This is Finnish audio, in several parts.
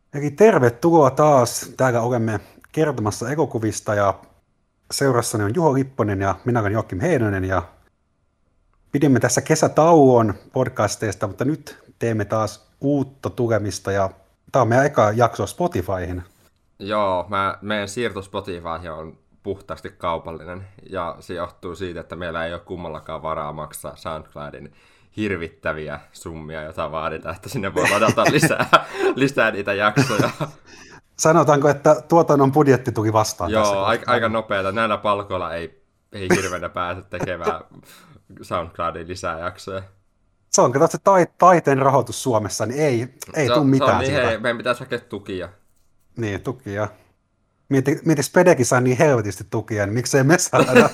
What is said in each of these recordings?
Eli tervetuloa taas. Täällä olemme kertomassa elokuvista ja seurassani on Juho Lipponen ja minä olen Joakim Heinonen ja pidimme tässä kesätauon podcasteista, mutta nyt teemme taas uutta tulemista ja tämä on meidän eka jakso Spotifyhin. Joo, meidän siirto Spotifyhin on puhtaasti kaupallinen, ja se johtuu siitä, että meillä ei ole kummallakaan varaa maksaa SoundCloudin hirvittäviä summia, joita vaaditaan, että sinne voi ladata lisää niitä jaksoja. Sanotaanko, että tuotannon budjetti tuli vastaan tässä Joo, kohtaa? aika nopeata. Näillä palkoilla ei hirveänä pääse tekemään SoundCloudin lisää jaksoja. Se on, se taiteen rahoitus Suomessa, niin ei tule mitään se on niin, siitä. hei, meidän pitäisi hakea tukia. Niin, tukia. Mieti Spedekin saa niin helvetisti tukia, niin miksei me saada?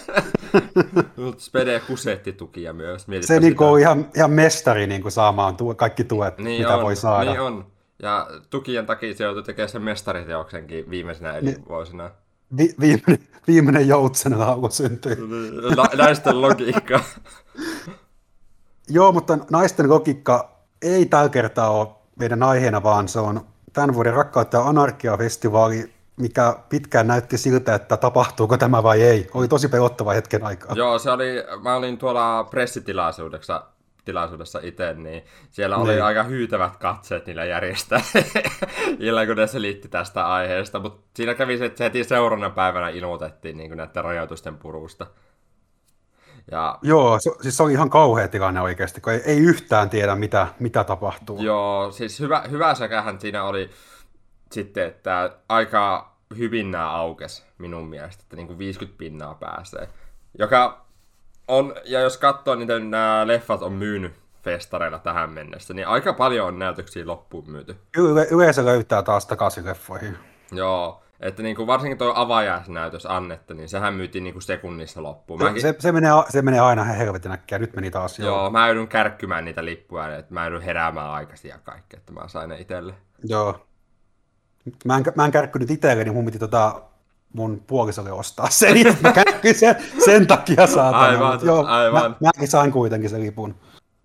Spede kusetti tukia myös. Se niinku on ihan mestari niinku saamaan kaikki tuet, niin mitä on, voi saada. Niin on. Ja tukien takia se joutui tekemään sen mestariteoksenkin viimeisenä vuosina. Viimeinen joutsen laulu syntyi. Naisten logiikka. Joo, mutta naisten logiikka ei tällä kertaa ole meidän aiheena, vaan se on tämän vuoden Rakkautta ja anarkia-festivaali, mikä pitkään näytti siltä, että tapahtuuko tämä vai ei. Oli tosi pelottava hetken aikaa. Joo, mä olin tuolla pressitilaisuudessa itse, niin siellä oli aika hyytävät katseet niillä järjestäjillä, kun ne selitti tästä aiheesta, mutta siinä kävi se, että se heti seuraavana päivänä ilmoitettiin niin näiden rajoitusten purusta. Ja... Joo, siis se oli ihan kauhea tilanne oikeasti, kun ei yhtään tiedä, mitä tapahtuu. Joo, siis hyvä säkähän siinä oli sitten, että aika hyvin nämä aukes minun mielestä, että niin kuin 50 pinnaa pääsee. Joka on, ja jos katsoo, niin nämä leffat on myynyt festareilla tähän mennessä, niin aika paljon on näytöksiä loppuun myyty. Yleensä löytää taas takaisin leffoihin. Joo, että niin kuin varsinkin tuo avajaisnäytös Annetta, niin sehän myytiin niin kuin sekunnissa loppuun. Se menee aina ihan helvetin äkkiä, nyt meni taas. Joo, mä joudun kärkkymään niitä lippuja, että mä joudun heräämään aikaisin ja kaikkea, että mä sain ne itselle. Joo. Mä en kärkkynyt itselleni, mun piti mun puolisolle ostaa sen, mä kärkkyin sen takia saatana. Aivan. Mäkin sain kuitenkin sen lipun.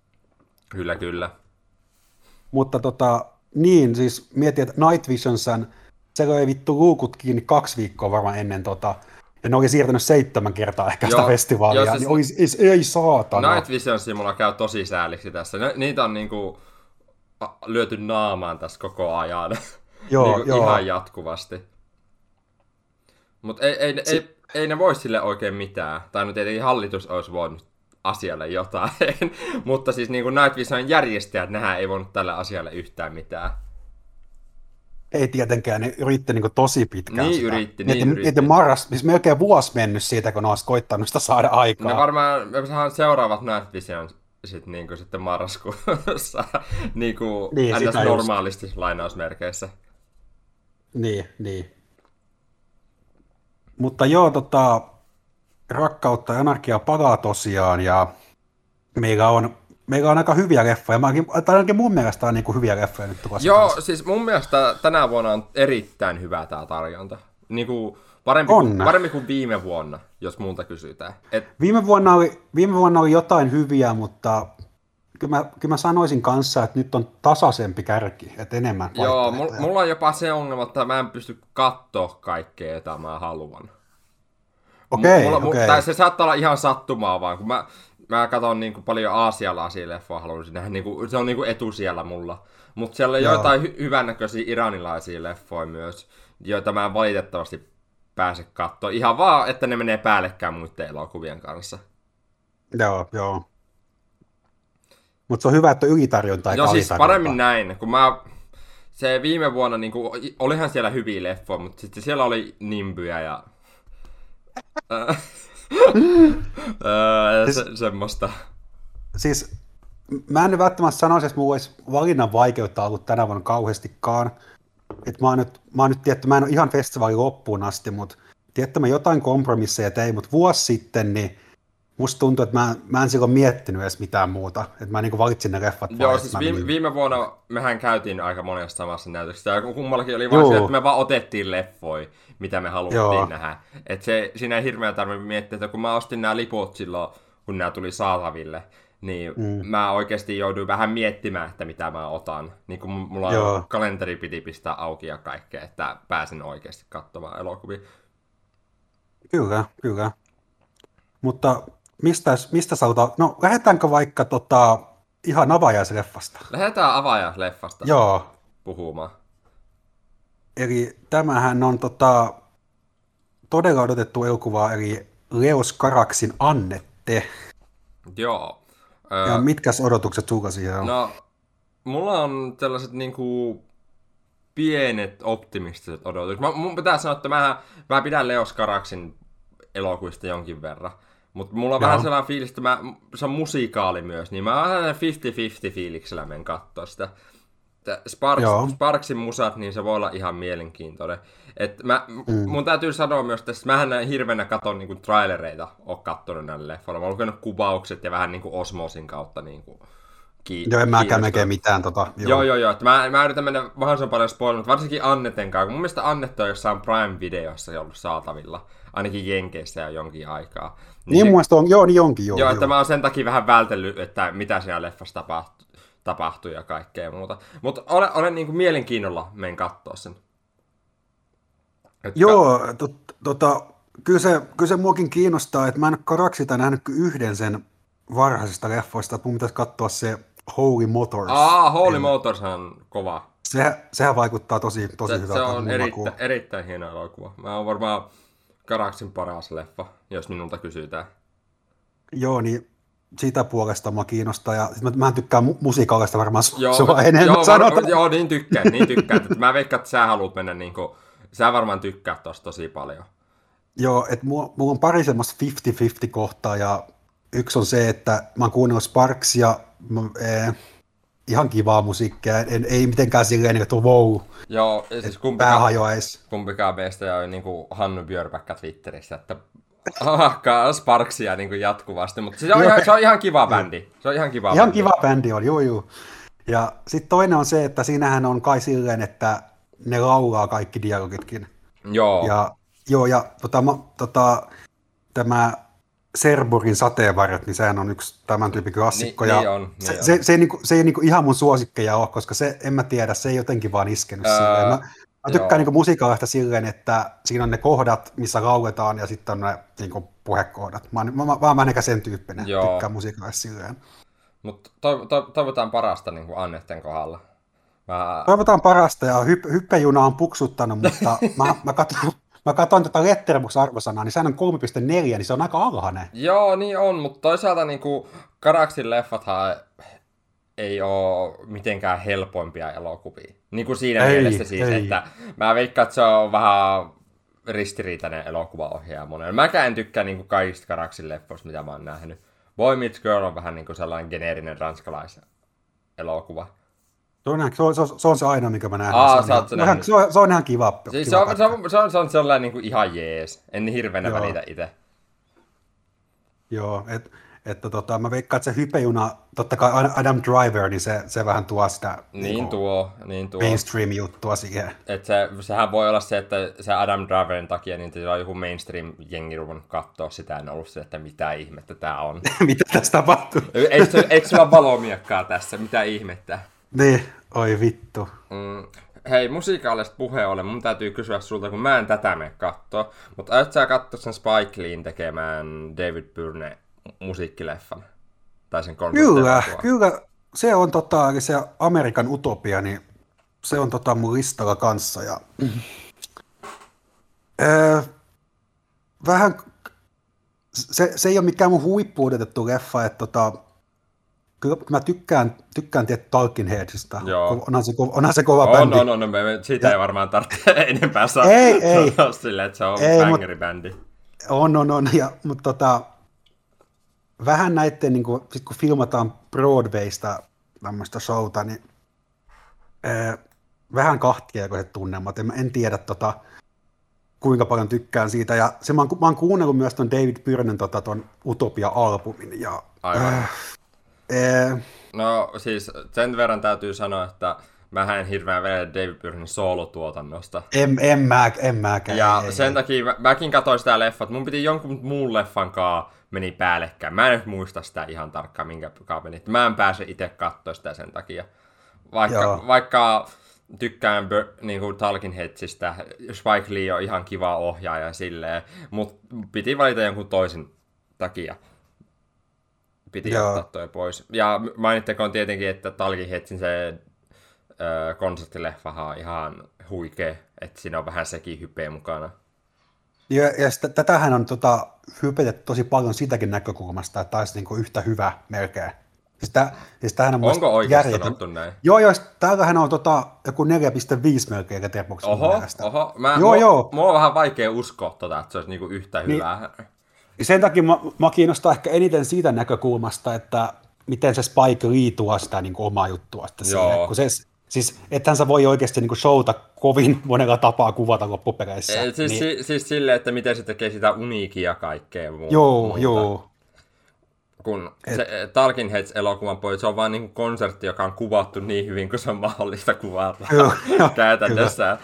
Kyllä. Mutta niin, siis mietin, että Night Visionsan, se löi vittu luukut kiinni 2 viikkoa varmaan ennen ja ne oli siirtänyt 7 kertaa ehkä sitä festivaalia, siis, niin ei saatana. Night Visionsia mulla käy tosi sääliksi tässä. Niitä on niinku lyöty naamaan tässä koko ajan. Joo. Ihan jatkuvasti. Mutta ei ne voi sille oikein mitään. Tai nyt tietenkin hallitus olisi voinut asialle jotain. Mutta siis niin kuin Night Visionin järjestäjät, nehän ei voinut tälle asialle yhtään mitään. Ei tietenkään, ne yritti niin tosi pitkään niin sitä. Yritti. Siis melkein vuosi mennyt siitä, kun ne olisi koittanut sitä saada aikaa. No varmaan me saadaan seuraavat Night Vision sitten marraskuussa niin ns. Normaalisti lainausmerkeissä. Niin. Mutta joo, Rakkautta ja anarkia palaa tosiaan, ja meillä on aika hyviä leffoja. Tai ainakin mun mielestä on niin hyviä leffoja nyt tulossa. Joo, siis mun mielestä tänä vuonna on erittäin hyvä tää tarjonta. Niinku parempi kuin viime vuonna, jos multa kysytään. Viime vuonna oli jotain hyviä, mutta kyllä mä sanoisin kanssa, että nyt on tasaisempi kärki, että enemmän vaihtoehtoja. Joo, mulla on jopa se ongelma, että mä en pysty katsoa kaikkea, jota mä haluan. Okei. Tai se saattaa olla ihan sattumaa vaan, kun mä katson niin paljon aasialaisia leffoja, haluaisin nähdä, se on etusijalla mulla. Mutta siellä on jotain hyvännäköisiä iranilaisia leffoja myös, joita mä en valitettavasti pääse katsoa. Ihan vaan, että ne menee päällekkäin muiden elokuvien kanssa. Joo. Mutta se on hyvä, että ylitarjonta ei siis paremmin näin, kun se viime vuonna, olihan siellä hyviä leffoja, mutta sitten siellä oli nimbyjä ja semmoista. Siis mä en välttämättä sanoisi, että mulla olisi valinnan vaikeutta ollut tänä vuonna kauheastikaan. Että mä oon nyt tiedä, mä en ole ihan festivaalin loppuun asti, mutta tiedätte, mä jotain kompromisseja tein, mutta vuosi sitten, niin musta tuntuu, että mä en silloin miettinyt edes mitään muuta. Että mä niin valitsin ne leffat. Joo, siis viime vuonna mehän käytiin aika monessa samassa näytöksessä. Ja kummallakin oli vaan se, että me vaan otettiin leffoja, mitä me haluttiin nähdä. Että siinä ei hirveän tarvitse miettiä, että kun mä ostin nämä liput silloin, kun nämä tuli saataville, niin mä oikeasti jouduin vähän miettimään, että mitä mä otan. Niin kun mulla kalenteri piti pistää auki ja kaikkea, että pääsen oikeasti katsomaan elokuvia. Kyllä, kyllä. Mutta mistä sä otat? No, lähdetäänkö vaikka ihan avajaisleffasta? Lähdetään avajaisleffasta puhumaan. Eli tämähän on todella odotettu elokuva, eli Leos Caraxin Annette. Joo. Ja mitkäs odotukset sulla siihen on? No, mulla on tällaiset niinku pienet optimistiset odotukset. Mun pitää sanoa, että mä pidän Leos Caraxin elokuvista jonkin verran. Mutta mulla on vähän sellainen fiilis, että se on musikaali myös, niin mä oon 50-50 fiiliksellä menen kattoo sitä. Sparksin musat, niin se voi olla ihan mielenkiintoinen. Mun täytyy sanoa myös, että mähän näin hirveänä katon niinku trailereita, oon kattonut näille leffoille. Mä oon lukenut kuvaukset ja vähän niinku osmoosin kautta niinku Joo, en mäkään melkein mitään Joo. Että mä yritän mennä mahdollisimman paljon spoilun, mutta varsinkin Anneten kanssa, kun mun mielestä Annette on jossain Prime-videossa ollut saatavilla, ainakin Jenkeissä jo jonkin aikaa. Niin mun mielestä on, niin onkin. Joo, että mä oon sen takia vähän vältellyt, että mitä siellä leffassa tapahtuu ja kaikkea muuta. Mutta olen niin kuin mielenkiinnolla menen kattoo sen. Joo, kyllä se muakin kiinnostaa, että mä en ole Caraxita nähnyt yhden sen varhaisista leffoista, että mun pitäisi katsoa se Holy Motors. Holy Motors on kova. Sehän vaikuttaa tosi hyvältä. Se on erittäin hieno elokuva. Mä oon varmaan Caraxin paras leffa, jos minulta kysytään. Joo, niin sitä puolesta mua kiinnostaa, ja mä tykkään musiikallista varmaan sua enemmän sanotaan. Joo, niin tykkään. Että mä veikkaan, että sä haluat mennä niinku, sä varmaan tykkää tosta tosi paljon. Joo, että mulla on pari semmoista 50-50 kohtaa, ja yksi on se, että mä oon kuunnellut Sparksia, ihan kivaa musiikkia, ei mitenkään silleen, että wow, joo, siis kumpikaan meistä on niinku Hannu Björpäkkä Twitterissä, että hakkaa Sparksia niinku jatkuvasti, mutta se on ihan kiva bändi. Se on ihan kiva bändi on, joo. Ja sitten toinen on se, että siinähän on kai silleen, että ne laulaa kaikki dialogitkin. Joo. Ja tämä Cerberin sateenvarjot, niin sehän on yksi tämän tyypin klassikko. Se ei niinku ihan mun suosikkeja ole, koska en mä tiedä, se ei jotenkin vaan iskenyt silleen. Mä tykkään niinku musiikallista silleen, että siinä on ne kohdat, missä lauletaan, ja sitten on ne niinku puhekohdat. Mä oon ehkä sen tyyppinen, tykkään musiikallista silleen. Mutta toivotaan parasta niinku Annetten kohdalla. Toivotaan parasta, ja hyppejuna on puksuttanut, mutta mä katsoin tätä Letterboxd-arvosanaa, niin sehän on 3.4, niin se on aika alhainen. Joo, niin on, mutta toisaalta niinku Caraxin leffathan ei ole mitenkään helpoimpia elokuvia. Niin kuin siinä mielessä siis, että mä veikkaan, että se on vähän ristiriitainen elokuvaohjaaja monella. Mäkään en tykkää niinku kaikista Caraxin leffoista, mitä mä oon nähnyt. Boy Meets Girl on vähän niinku sellainen geneerinen ranskalaiselokuva. Se on se ainoa, mikä mä näen. Se on ihan kiva. Siis se on sellainen niinku ihan jees. En niin hirveänä välitä itse. Joo, mä veikkaan, että se hypejuna, totta kai Adam Driver, niin se vähän tuo sitä niin tuo. mainstream-juttua siihen. Sehän voi olla se, että se Adam Driverin takia niin on joku mainstream-jengi ruvennut katsoa sitä, ja ollut se, että mitä ihmettä tää on. Mitä tässä tapahtuu? Eikö sulla valomiekkaa tässä? Mitä ihmettä? Niin, oi vittu. Hei, musiikaalista puheen ollen, mun täytyy kysyä sulta, kun mä en tätä mene katsoa, mutta aiot sä katsoa sen Spike Leein tekemään David Byrne musiikkileffan? Tai sen Kyllä, se on eli se Amerikan Utopia, niin se on mun listalla kanssa. Ja, vähän, se ei ole mikään mun huippu-odotettu leffa, että kyllä mä tykkään tietty Talking Headsista. Onhan se kova bändi. Siitä ei varmaan tarvitse enempää sanoa sille, että se on bangeri-bändi. On, mutta vähän näitten, niin sit kun filmataan Broadwaysta tämmöistä showta, niin vähän kahtiaikoiset tunnelmat. En tiedä, kuinka paljon tykkään siitä. Ja mä oon kuunnellut myös ton David Byrnen ton Utopia-albumin. Ja, no siis sen verran täytyy sanoa, että Mä en hirveän vedä David Byrnin soolotuotannosta. En mäkään. Ja sen takia mäkin katsoin sitä leffaa, että mun piti jonkun muun leffan kanssa meni päällekkäin. Mä en nyt muista sitä ihan tarkkaan, minkä meni. Mä en pääse itse katsoa sitä sen takia. Vaikka tykkään niinku Talking Headsistä, Spike Lee on ihan kiva ohjaaja silleen, mutta piti valita jonkun toisen takia. Piti ottaa toi pois. Ja mainittekoon tietenkin, että Talking Headsin se konserttileffahan on ihan huikea, että siinä on vähän sekin hypeä mukana. Ja tätähän on hypetetty tosi paljon sitäkin näkökulmasta, että taisi niinku yhtä hyvä melkein. Onko oikeasti sanottu näin? Joo, täällähän on joku 4,5 melkein Letterboxdin mielestä. Oho, mua on vähän vaikea uskoa, että se olisi niinku yhtä hyvää. Sen takia mä kiinnostaa ehkä eniten siitä näkökulmasta, että miten se Spike Lee tuo sitä niinku omaa juttua. Kun siis ethän sä voi oikeasti niinku showta kovin monella tapaa kuvata loppupeleissä. Siis silleen, että miten se tekee sitä uniikia kaikkea muuta. Joo. Kun se Talking Heads-elokuvan pois, se on vaan niinku konsertti, joka on kuvattu niin hyvin, kuin se on mahdollista kuvata käytännössä.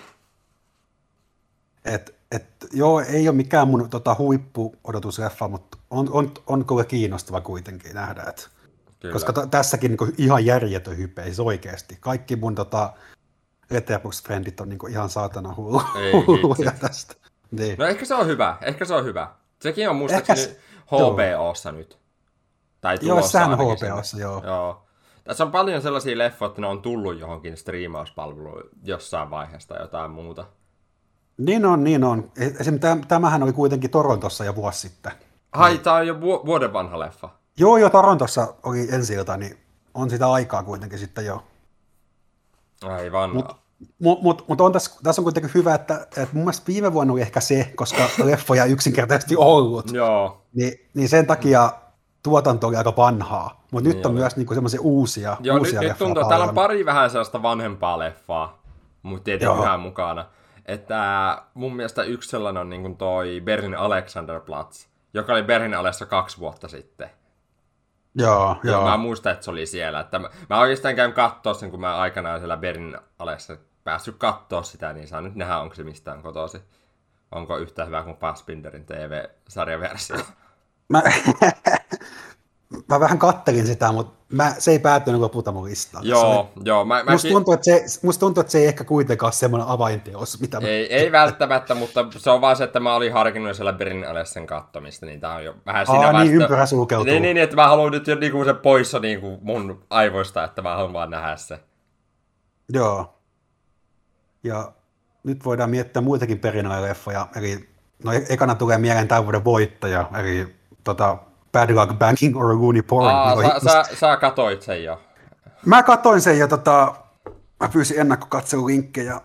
Joo, ei ole mikään mun huippu-odotusleffa, mutta on kyllä kiinnostava kuitenkin nähdä, koska tässäkin niinku ihan järjetön hype, siis oikeasti. Kaikki mun Letterboxd-frendit on niinku ihan saatana hulluja tästä. Niin. No ehkä se on hyvä. Sekin on muistaakseni HBOssa nyt. Tai sehän on HBOssa, joo. Tässä on paljon sellaisia leffoja, että ne on tullut johonkin striimauspalveluun jossain vaiheessa tai jotain muuta. Niin on. Esimerkiksi tämähän oli kuitenkin Torontossa jo vuosi sitten. Tämä on jo vuoden vanha leffa. Joo, Torontossa oli ensi-ilta, niin on sitä aikaa kuitenkin sitten jo. Aivan. Mutta tässä on kuitenkin hyvä, että mun mielestä viime vuonna oli ehkä se, koska leffoja yksinkertaisesti ollut. Joo. Niin sen takia tuotanto oli aika vanhaa, mutta nyt on myös niinku semmoisia uusia leffoja. Nyt tuntuu, että täällä on pari vähän sellaista vanhempaa leffaa, mutta tietenkin vähän mukana. Että mun mielestä yksi sellainen on niin toi Berlin Alexanderplatz, joka oli Berlinalessa 2 vuotta sitten. Joo. Mä muistan, että se oli siellä. Että mä oikeastaan käyn katsoa sen, kun mä aikanaan siellä Berlinalessa päässyt katsoa sitä, niin saa nyt nähdä, onko se mistään kotoisin. Onko yhtä hyvä kuin Fassbinderin TV-sarjaversio. Mä vähän kattelin sitä, mutta se ei päättynyt lopulta mun listaan. Joo. Musta tuntuu, että se ei ehkä kuitenkaan ole semmoinen avainteos, mitä ei välttämättä, mutta se on vaan se, että mä olin harkinnut siellä Berlinalessa sen kattomista, niin tää on jo vähän siinä vasta. Niin ympyrä sulkeutuu. Niin, että mä haluan nyt jo niinku se poissa niinku mun aivoista, että mä haluan vaan nähdä se. Joo. Ja nyt voidaan miettiä muitakin Berlinale-leffoja, eli ekana tulee mieleen tämän vuoden voittaja, eli Bad Luck Banking or Rooney Porn. Sä katoit sen jo. Mä katoin sen ja mä pyysin ennakkokatselulinkkejä.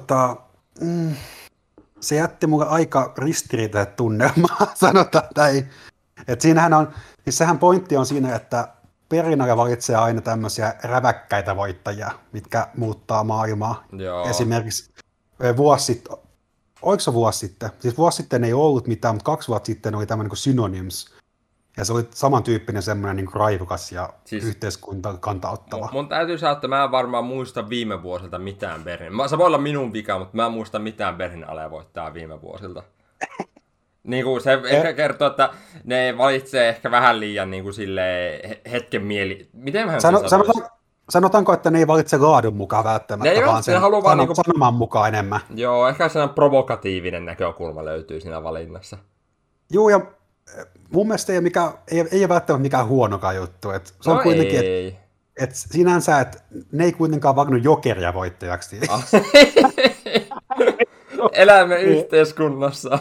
Se jätti mulle aika ristiriitaiset tunnelmaa, sanotaan näin. Siis sehän pointti on siinä, että Berlinale valitsee aina tämmöisiä räväkkäitä voittajia, mitkä muuttaa maailmaa. Joo. Esimerkiksi vuosi sitten, oliko se vuosi sitten? Siis vuosi sitten ei ollut mitään, mutta 2 vuotta sitten oli tämmöinen kuin Synonyms. Ja se oli samantyyppinen semmoinen niin raivokas ja yhteiskunta kantauttava. Mun täytyy sanoa, että mä en varmaan muista viime vuosilta mitään se voi olla minun vika, mutta mä en muista mitään Berlinalea voittaa viime vuosilta. Niin kuin se ehkä kertoo, että ne valitsee ehkä vähän liian niin kuin silleen hetken mieli. Miten mä sanotaanko, että ne ei valitse laadun mukaan välttämättä, vaan sen sanoman mukaan enemmän. Joo, ehkä sellainen provokatiivinen näkökulma löytyy siinä valinnassa. Joo, ja mun mielestä ei ole välttämättä mikään huonokaan juttu. Se on kuitenkin, että sinänsä, että ne ei kuitenkaan valinnut Jokeria voittajaksi. Elämme yhteiskunnassa.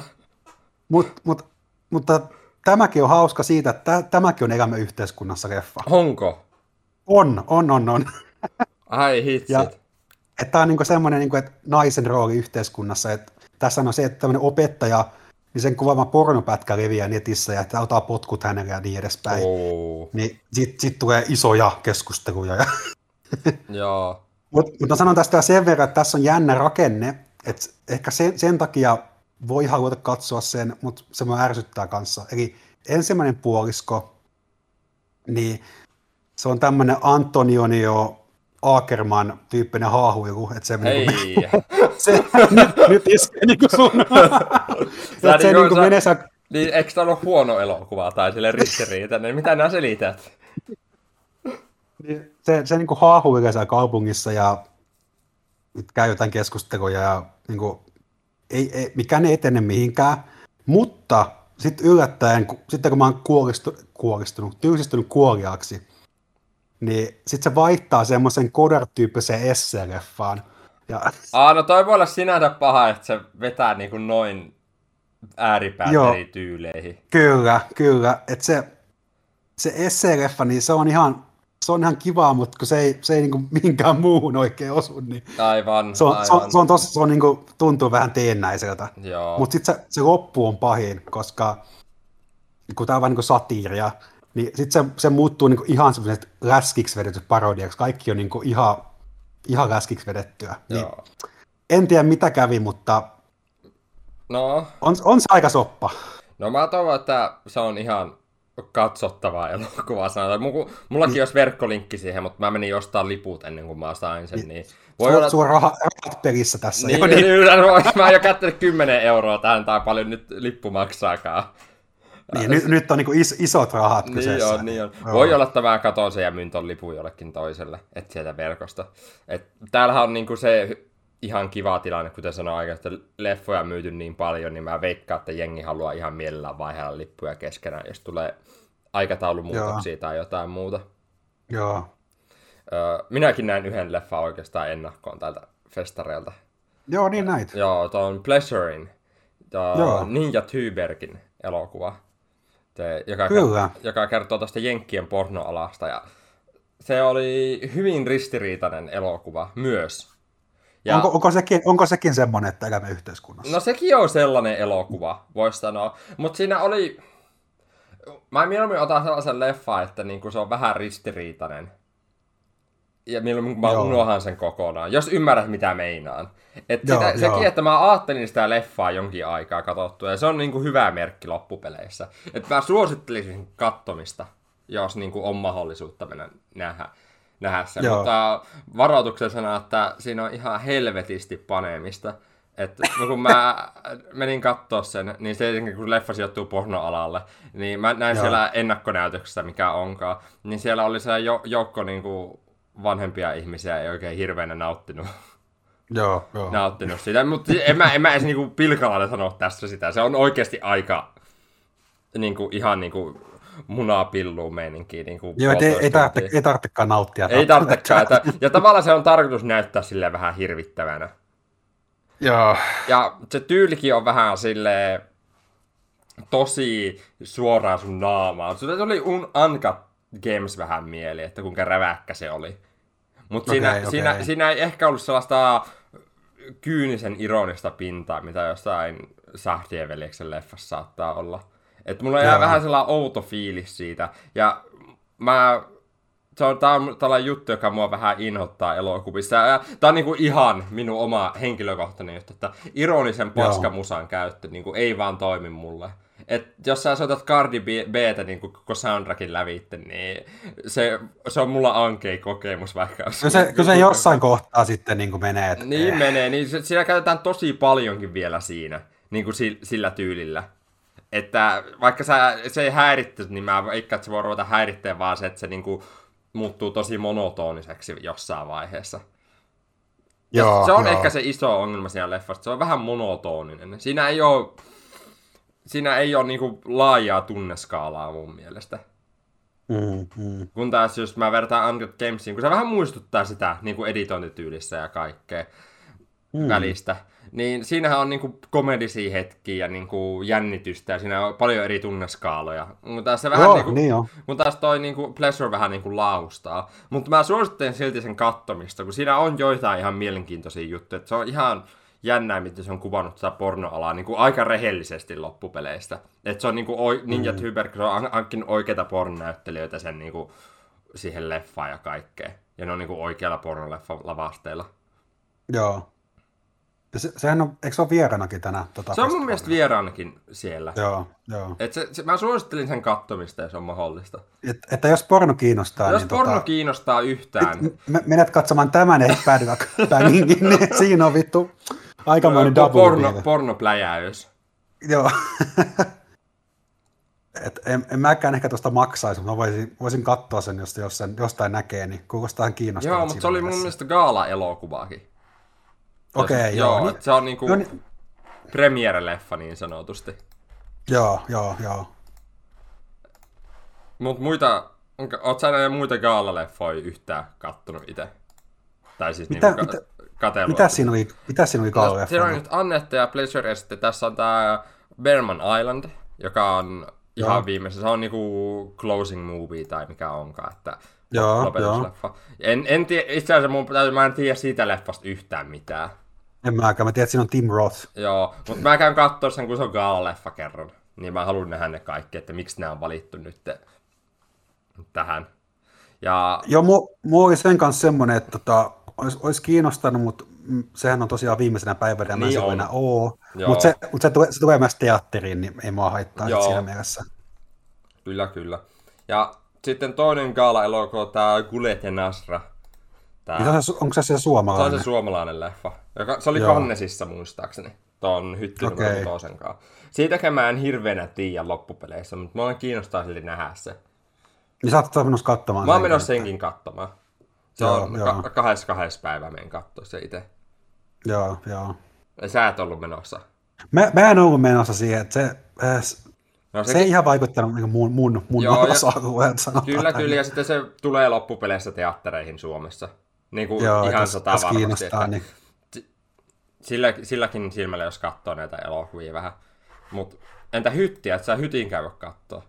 Mutta tämäkin on hauska siitä, että tämäkin on Elämme yhteiskunnassa leffa. Onko? On. Ai hitsit. Tämä on niinku semmoinen, niinku, että naisen rooli yhteiskunnassa. Että tässä on se, että tämmöinen opettaja, niin sen kuvaama pornopätkä leviää netissä ja että ottaa potkut hänelle ja niin edespäin. Niin sit tulee isoja keskusteluja. Joo. Mutta sanon tästä sen verran, että tässä on jännä rakenne, että ehkä sen takia voi haluta katsoa sen, mutta se mua ärsyttää kanssa. Eli ensimmäinen puolisko, niin se on tämmöinen Antonio Ackerman-tyyppinen haahuilu, että se, Hei! se nyt iskee niinku sun. Että se niinku menee niin, eikö tämä ole huono elokuva tai sille ristiriitainen? Mitä nämä selität? Se niinku haahuilee siellä kaupungissa ja käy jotain keskusteluja ja niinku, mikään ei etene mihinkään, mutta sitten yllättäen, sitten kun mä oon tylsistynyt kuoliaaksi, niin sitten se vaihtaa semmoisen Godard-tyyppiseen esse-leffaan. No toi voi olla sinänsä paha, että se vetää niinku noin ääripäät eri tyyleihin. Kyllä. Että se esse-leffa, niin se on ihan kivaa, mutta kun se ei niinku mihinkään muuhun oikein osu, niin aivan. Se on niinku, tuntuu vähän teennäiseltä. Mutta sitten se loppu on pahin, koska kun tämä on vähän niin kuin satiiria, niin sitten se muuttuu niinku ihan semmoiset läskiksi vedetyt parodiaksi. Kaikki on niinku ihan läskiksi vedettyä. Niin, en tiedä mitä kävi, mutta on se aika soppa. No mä toivon, että se on ihan katsottavaa elokuvaa. Mullakin olisi verkkolinkki siihen, mutta mä menin ostaa liput ennen kuin mä sain sen. Niin sulla on rahat pelissä tässä. Niin, mä oon jo käyttänyt 10 euroa tähän tai paljon nyt lippu maksaakaan. Niin, nyt on niinku isot rahat kyseessä. Niin on. Voi olla, että mä katon sen ja myyn ton lipun jollekin toiselle, et sieltä verkosta. Täällähän on niinku se ihan kiva tilanne, kuten sanoin aikaan, että leffoja on myyty niin paljon, niin mä veikkaan, että jengi haluaa ihan mielellään vaihdella lippuja keskenään, jos tulee aikataulumuutoksia tai jotain muuta. Joo. Minäkin näin yhden leffan oikeastaan ennakkoon täältä festareilta. Joo, niin näit. Joo, tuon Pleasurein, Ninja Thybergin elokuva, joka kertoo tuosta jenkkien pornoalasta. Ja se oli hyvin ristiriitainen elokuva myös. Ja onko sekin semmoinen, että elämme yhteiskunnassa? No sekin on sellainen elokuva, voisi sanoa. Mutta siinä oli... Mä mieluummin otan sellaisen leffan, että niinku se on vähän ristiriitainen. Ja mieluummin mä unohan sen kokonaan, jos ymmärrät mitä meinaan. Sekin, että mä ajattelin sitä leffaa jonkin aikaa katsottua, ja se on niinku hyvä merkki loppupeleissä. Että mä suosittelisin kattomista, jos niinku on mahdollisuutta mennä nähdä sen. Mutta varoituksen sana, että siinä on ihan helvetisti paneemista. Että kun mä menin katsoa sen, niin se kun leffa sijoittuu pornoalalle, niin mä näin siellä ennakkonäytöksessä, mikä onkaan, niin siellä oli se joukko niinku vanhempia ihmisiä, ei oikein hirveänä nauttinut. Nauttinut sitä, mutta en mä edes niinku pilkalla sano tässä sitä. Se on oikeasti aika niinku, ihan niinku munapilluu meininkiä. Niinku ei tarvitsekaan nauttia. Ei tarvitsekaan. Ja tavallaan se on tarkoitus näyttää silleen vähän hirvittävänä. Joo. Ja se tyylikin on vähän silleen tosi suoraan sun naamaan. Se oli Uncut Games vähän mieli, että kuinka räväkkä se oli. Mutta siinä ei ehkä ollut sellaista kyynisen ironista pintaa, mitä jossain Sahdien-veljeksen leffassa saattaa olla. Että mulla jää vähän sellainen outo fiilis siitä. Ja tää on tällainen juttu, joka mua vähän inhottaa elokuvissa. Ja tää on niinku ihan minun oma henkilökohtainen juttu, että ironisen paskamusan käyttö niinku ei vaan toimi mulle. Et jos sä soitat Cardi B:tä niin koko soundtrackin lävitte, niin se on mulla ankea kokemus vaikka. Kyllä se jossain kohtaa sitten niin menee. Niin menee, niin siinä käytetään tosi paljonkin vielä siinä, niin kuin sillä tyylillä. Että vaikka se ei häiritty, niin mä veikkaan, että se voi ruveta häiritteen vaan se, että se niin kuin muuttuu tosi monotoniseksi jossain vaiheessa. Se on ehkä se iso ongelma siinä leffassa, se on vähän monotoninen. Siinä ei ole niinku laajaa tunneskaalaa mun mielestä. Kun taas jos mä vertaan Uncut Gamesiin, kun se vähän muistuttaa sitä niinku editointityylissä ja kaikkea välistä, niin siinähän on niinku komedisia hetkiä ja niinku jännitystä ja siinä on paljon eri tunneskaaloja. Mutta taas se vähän kun taas toi niinku Pleasure vähän niinku laustaa. Mutta mä suosittelen silti sen kattomista, kun siinä on joitain ihan mielenkiintoisia juttuja. Että se on ihan jännää, miten se on kuvannut tätä pornoalaa niin kuin aika rehellisesti loppupeleistä. Että se on niin kuin Ninja Thyberg, se on hankkinut oikeita pornonäyttelijöitä sen niin kuin siihen leffaan ja kaikkeen. Ja ne on niin kuin oikealla pornoleffan lavasteilla. Joo. Sehän on, eikö se ole vieraanakin tänään? Se on mun mielestä vieraanakin siellä. Joo. Mä suosittelin sen kattomista, jos on mahdollista. Että jos porno kiinnostaa... Jos porno kiinnostaa yhtään... Menet katsomaan tämän Bangingin, niin siinä on vittu aikamoinen double. Pornopläjäys. Joo. En mäkään ehkä tuosta maksaisi, mutta voisin katsoa sen, jos sen jostain näkee, niin kuulostaa ihan kiinnostavaa. Joo, mutta se oli mun mielestä gaala-elokuvaakin. Okei, joo. Niin, se on niinku premiere-leffa niin sanotusti. Joo. Mut oot sä näitä muita gaala-leffoja yhtään kattonut itse? Tai siis katsellut? Mitä siinä oli gaala-leffa? Siinä on nyt Annette ja Pleasure, ja sitten tässä on tää Berman Island, joka on ihan viimeisen. Se on niinku closing movie tai mikä onkaan, että lopetusleffa. En tiedä, itse asiassa mä en tiedä siitä leffasta yhtään mitään. En mäkään, mä tiedän, että siinä on Tim Roth. Joo, mutta mä käyn katsoa sen, kun se on gaala-leffa kerran. Niin mä haluan nähdä ne kaikki, että miksi nämä on valittu nyt tähän. Ja... Joo, mulla oli sen kanssa semmoinen, että olisi kiinnostanut, mutta sehän on tosiaan viimeisenä päivänä, ja mä en enää oo. Mutta se tulee myös teatteriin, niin ei mua haittaa siinä mielessä. Kyllä. Ja sitten toinen gaala-elokuva, tämä Gulet ja Nasra. Onko se suomalainen? Se on se suomalainen leffa. Se oli Cannesissa muistaakseni. Tuon hytti numero 2 kanssa. Siitäkään mä en hirveänä tiedä loppupeleissä, mutta mä kiinnostaa silti nähdä se. Niin sä oot menossa katsomaan. Mä oon menossa senkin katsomaan. Se on 2 päivää menen katsoa se itse. Joo. Ja sä et ollut menossa. Mä en ollut menossa siihen, että se ei ihan vaikuttanut mun osa-alueen sanotaan. Kyllä, ja sitten se tulee loppupeleissä teattereihin Suomessa. Niin kuin ihan varmasti. Että niin. Silläkin silmällä, jos katsoo näitä elokuvia vähän. Mut entä hyttiä, että sä hytin käydä kattoo?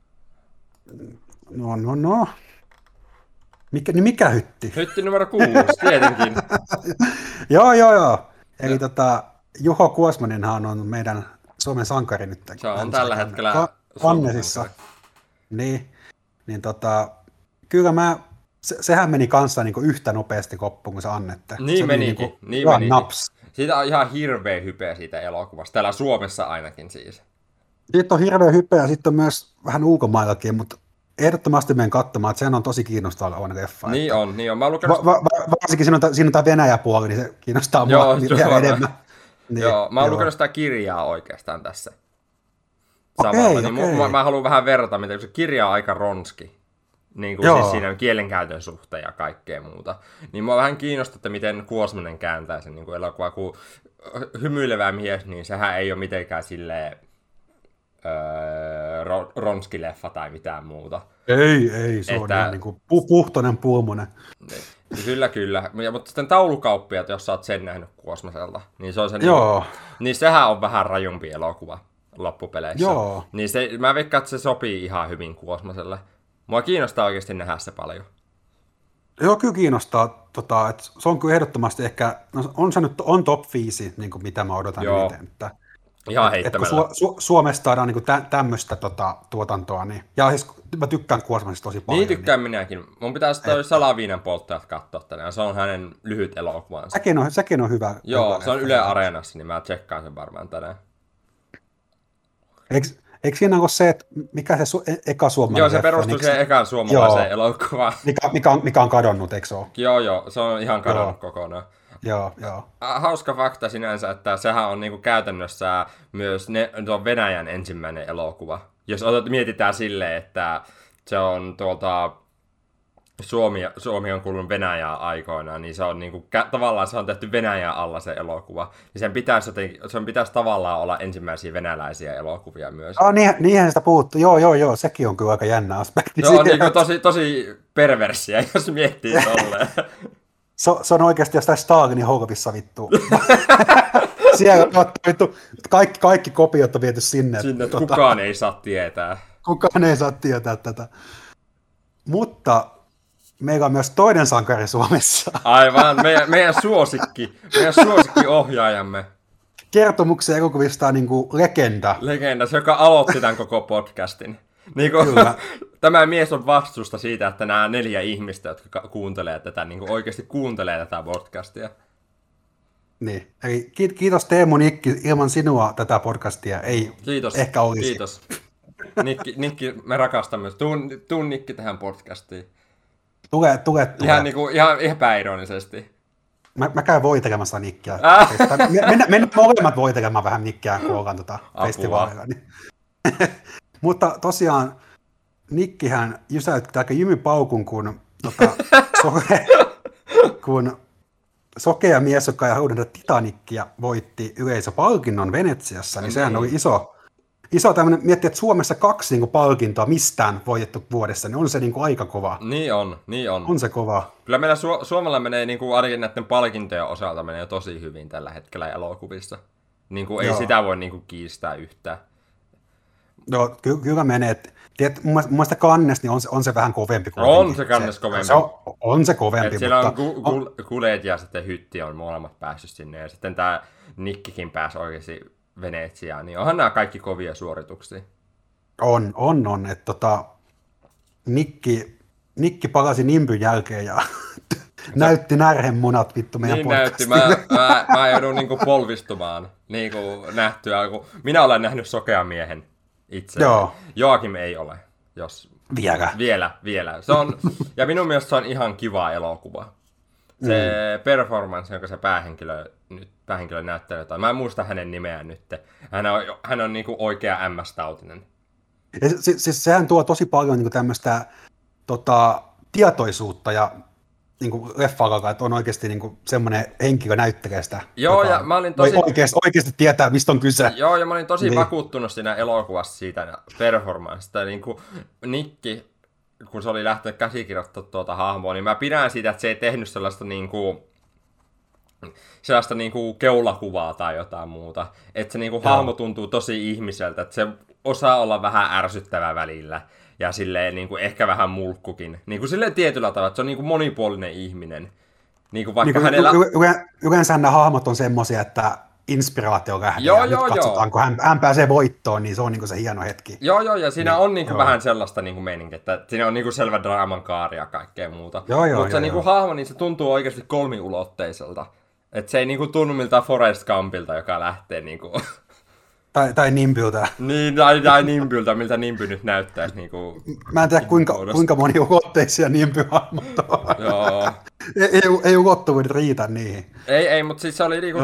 No. Mikä hytti? Hytti numero 6, tietenkin. Joo. Eli Juho Kuosmanenhan on meidän Suomen sankari nyt. Se on tällä hetkellä Cannesissa. Niin kyllä sehän meni kanssa niinku yhtä nopeasti koppuun kuin se Annette. Niin se menikin. Niin naps. Siitä on ihan hirveä hypeä siitä elokuvasta, täällä Suomessa ainakin siis. Siitä on hirveä hypeä ja sitten on myös vähän ulkomaillakin, mutta ehdottomasti menen katsomaan, että sehän on tosi kiinnostava leffa. Niin on. Mä oon lukenut... Varsinkin siinä on tämä Venäjä-puoli, niin se kiinnostaa mua vielä enemmän. Niin, joo, mä oon lukenut sitä kirjaa oikeastaan tässä. Samalla. Niin mä haluan vähän verrata, kun se kirja on aika ronski. Niin kuin siis siinä kielenkäytön suhteen ja kaikkea muuta. Niin mua vähän kiinnostaa, että miten Kuosmanen kääntää sen niin elokuva. Kun hymyilevä mies, niin sehän ei ole mitenkään silleen ronskileffa tai mitään muuta. Ei, se on ihan niin kuin puhtoinen pulmonen. Kyllä. Mutta sitten Taulukauppiat, jos sä oot sen nähnyt Kuosmaselta, niin se on sen, niin sehän on vähän rajumpi elokuva loppupeleissä. Joo. Niin mä veikkaan, että se sopii ihan hyvin Kuosmaselle. Mua kiinnostaa oikeasti nähdä se paljon. Joo, kyllä kiinnostaa. Että se on kyllä ehdottomasti ehkä, on top 5, niin kuin mitä mä odotan eniten. Että, ihan heittämällä. Suomesta saadaan niin tämmöistä tuotantoa, niin, ja siis mä tykkään Kuosmanisesta tosi paljon. Niin tykkään minäkin. Mun pitäisi toi Salaviinan polttajat katsoa tänään. Se on hänen lyhyt elokuvansa. Sekin on hyvä. Joo, se on Yle Areenassa, niin mä tsekkaan sen varmaan tänään. Eikö siinä ole se, että mikä se eka suomalainen leffa? Joo, se perustuu siihen ekaan suomalaiseen elokuvaan. Mikä on kadonnut, eikö se ole? Joo, se on ihan kadonnut kokonaan. Joo. Hauska fakta sinänsä, että sehän on niinku käytännössä myös Venäjän ensimmäinen elokuva. Jos mietitään silleen, että se on Suomi on kuulunut Venäjään aikoinaan, niin se on niinku, tavallaan se on tehty Venäjän alla se elokuva. Niin sen pitäisi tavallaan olla ensimmäisiä venäläisiä elokuvia myös. Niinhän sitä puhuttu. Joo, sekin on kyllä aika jännä aspekti. Joo, niinku tosi perversiä, jos miettii tolleen. Se on oikeasti jostain Stalinin holvissa vittu. Siellä on vittu, kaikki kopiot on viety sinne. Kukaan ei saa tietää. Kukaan ei saa tietää tätä. Mutta meillä on myös toinen sankari Suomessa. Aivan, meidän suosikkiohjaajamme. Kertomuksen elokuvista on niin kuin legenda. Legenda, se joka aloitti tämän koko podcastin. Niin kuin, tämä mies on vastuusta siitä, että nämä 4 ihmistä, jotka kuuntelee tätä, niin kuin oikeasti kuuntelee tätä podcastia. Niin. Eli kiitos Teemu Nikki, ilman sinua tätä podcastia ei Kiitos, ehkä olisi. kiitos. Nikki, me rakastamme. Tuun Nikki tähän podcastiin. Tule. Ihan, niin kuin, ihan epäironisesti. Mä käyn voitelemassa Nikkiä. Mennään molemmat voitelemaan vähän Nikkiä, kun ollaan festivaalilla. Niin. Mutta tosiaan Nikkihän jysäytti aika jymypaukun, kun sokea mies, joka ei halunnut nähdä Titanickia, voitti yleisöpalkinnon Venetsiassa, niin sehän oli iso tämmöinen, miettii, että Suomessa 2 niin kuin palkintoa mistään voitettu vuodessa, niin on se niin kuin aika kova. Niin on. On se kova. Kyllä meillä Suomella menee, niin kuin ainakin näiden palkintojen osalta menee tosi hyvin tällä hetkellä elokuvissa. Niin kuin ei sitä voi niin kuin kiistää yhtään. Joo, kyllä menee. Tiedät, mun mielestä Cannes niin on se vähän kovempi. On se Cannes kovempi. On se kovempi. Siellä on Kuleet ja sitten Hytti on molemmat päässyt sinne. Ja sitten tämä Nikkikin pääsi oikeasti Venetsiaan. Niin onhan nämä kaikki kovia suorituksia. On. Että Nikki palasi Nimbyn jälkeen ja näytti närhenmunat vittu meidän niin podcastille. Näytti. Mä joudun niinku polvistumaan. Niin kuin nähtyä. Minä olen nähnyt sokean miehen itse. Joo. Joakim ei ole. Vielä. Se on, ja minun mielestä se on ihan kiva elokuva. Se performance, jonka se päähenkilö näyttelee jotain. Mä en muista hänen nimeään nyt. Hän on niinku oikea MS-tautinen. Ja siis sehän tuo tosi paljon niinku tämmöistä tietoisuutta ja niinku leffa-alalla, että on oikeasti niinku semmoinen henkilö näyttelee sitä. Joo, ja mä olin tosi... Oikeasti tietää, mistä on kyse. Joo, ja mä olin tosi vakuuttunut siinä elokuvassa siitä performanssista. Niinku Nikki, kun se oli lähtenyt käsikirjoittamaan tuota hahmoa, niin mä pidän siitä, että se ei tehnyt sellaista niinku keulakuvaa tai jotain muuta. Että se niinku hahmo tuntuu tosi ihmiseltä, että se osaa olla vähän ärsyttävä välillä. Ja silleen niinku ehkä vähän mulkkukin. Niinku silleen tietyllä tavalla, että se on niinku monipuolinen ihminen. Niinku vaikka niinku hänellä... Yleensä nämä hahmot on semmoisia, että inspiraatio lähtee ja nyt katsotaan, kun hän pääsee voittoon, niin se on niinku se hieno hetki. Joo, ja siinä on niinku vähän sellaista niinku meininkiä, että siinä on niinku selvä draaman kaari ja kaikkea muuta. Mutta se niinku hahmo, niin se tuntuu oikeasti kolmiulotteiselta. Että se ei niinku tunnu miltään Forrest Gumpilta, joka lähtee niinku... Tai Nimbyltä. Niin, tai Nimbyltä, miltä Nimby nyt näyttäisi. Niinku... Mä en tiedä, kuinka moni ulotteisia Nimby-hahmot on. Joo. ei ulottuvuudet riitä niihin. Ei, mutta siis se oli niinku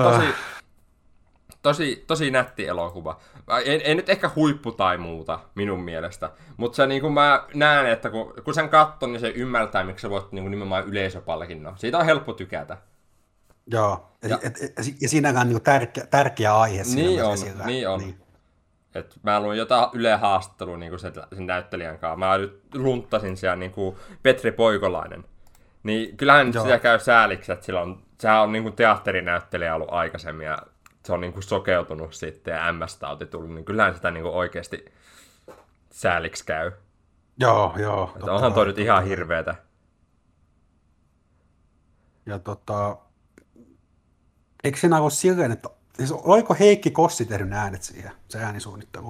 tosi nätti elokuva. Ei nyt ehkä huippu tai muuta minun mielestä, mutta se niinku mä näen, että kun sen katsoo, niin se ymmärtää, miksi sä voit niinku nimenomaan yleisöpalkinnon. Siitä on helppo tykätä. Joo, ja siinäkin on niinku tärkeä aihe. Niin on. Niin. Et mä luin jotain Yle haastattelua niinku sen näyttelijän kanssa. Mä lunttasin siellä niinku Petri Poikolainen. Niin kyllähän sitä käy sääliksi, että sehän on niinku teatterinäyttelijä ollut aikaisemmin ja se on niinku sokeutunut sitten ja MS-tauti tullut, niin kyllähän sitä niinku oikeasti sääliksi käy. Joo. Että onhan toi nyt ihan hirveetä. Ja eikö siinä ollut silleen, että siis oliko Heikki Kossi tehnyt äänet siihen, se äänisuunnittelu?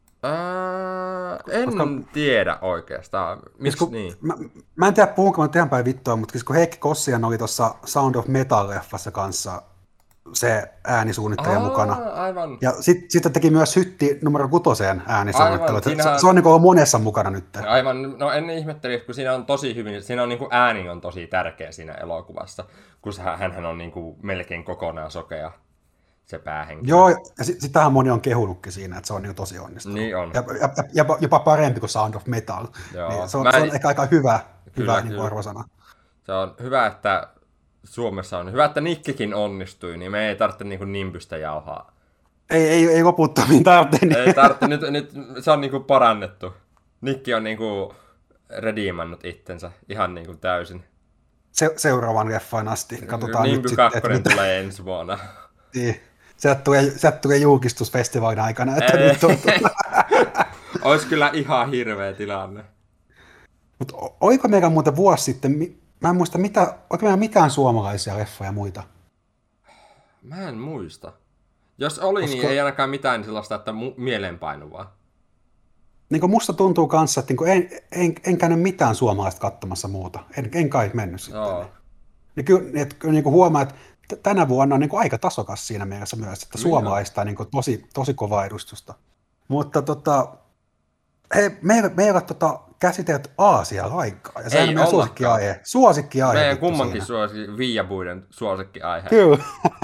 En tiedä oikeastaan. Miksi niin? Mä en tiedä puhunko mä ihan päin vittua, mutta kun Heikki Kossihan oli tuossa Sound of Metal-leffassa kanssa se äänisuunnittelija mukana. Aivan. Ja sitten teki myös Hytti numero 6 äänisuunnittelu. Se on niin ollut monessa mukana nyt. Aivan, no en ihmetteli, kun siinä on tosi hyvin, siinä on niin kuin ääni on tosi tärkeä siinä elokuvassa, kun hänhän on niin kuin melkein kokonaan sokea, se päähenkilö. Joo, ja sitähän moni on kehunutkin siinä, että se on niin tosi onnistunut. Niin on. Ja jopa parempi kuin Sound of Metal. Niin se on ehkä aika hyvä niin arvosana. Se on hyvä, että Suomessa on hyvä, että Nikkikin onnistui, niin me ei tarvitse niin kuin Nimbystä jauhaa. Ei loputtomiin tarvitse. Niin. Ei tarvitse, nyt se on niin kuin parannettu. Nikki on niin kuin redeemannut itsensä ihan niin kuin täysin. Seuraavan leffaan asti. Katsotaan Nimby 2 tulee ensi vuonna. Niin. Sieltä tulee julkistusfestivaalin aikana. Että nyt on... Olisi kyllä ihan hirveä tilanne. Mutta oliko meillä muuten vuosi sitten... Mä en muista, onko meillä mitään suomalaisia leffoja muita? Mä en muista. Jos oli, niin ei ainakaan mitään sellaista, että mieleenpainuvaa. Niin musta tuntuu kanssa, että en käynyt mitään suomalaista katsomassa muuta. En kai mennyt sitten. Joo. Niin kyllä, että kyllä niin kuin huomaa, että tänä vuonna on niin kuin aika tasokas siinä mielessä myös, että Niin suomalaista on niin kuin tosi kovaa edustusta. Mutta hei, me ei ole käsitelty Aasiaa lainkaan, ja sehän on meidän suosikkiaihe. Meidän kummankin viiapuiden suosikkiaihe. Kyllä.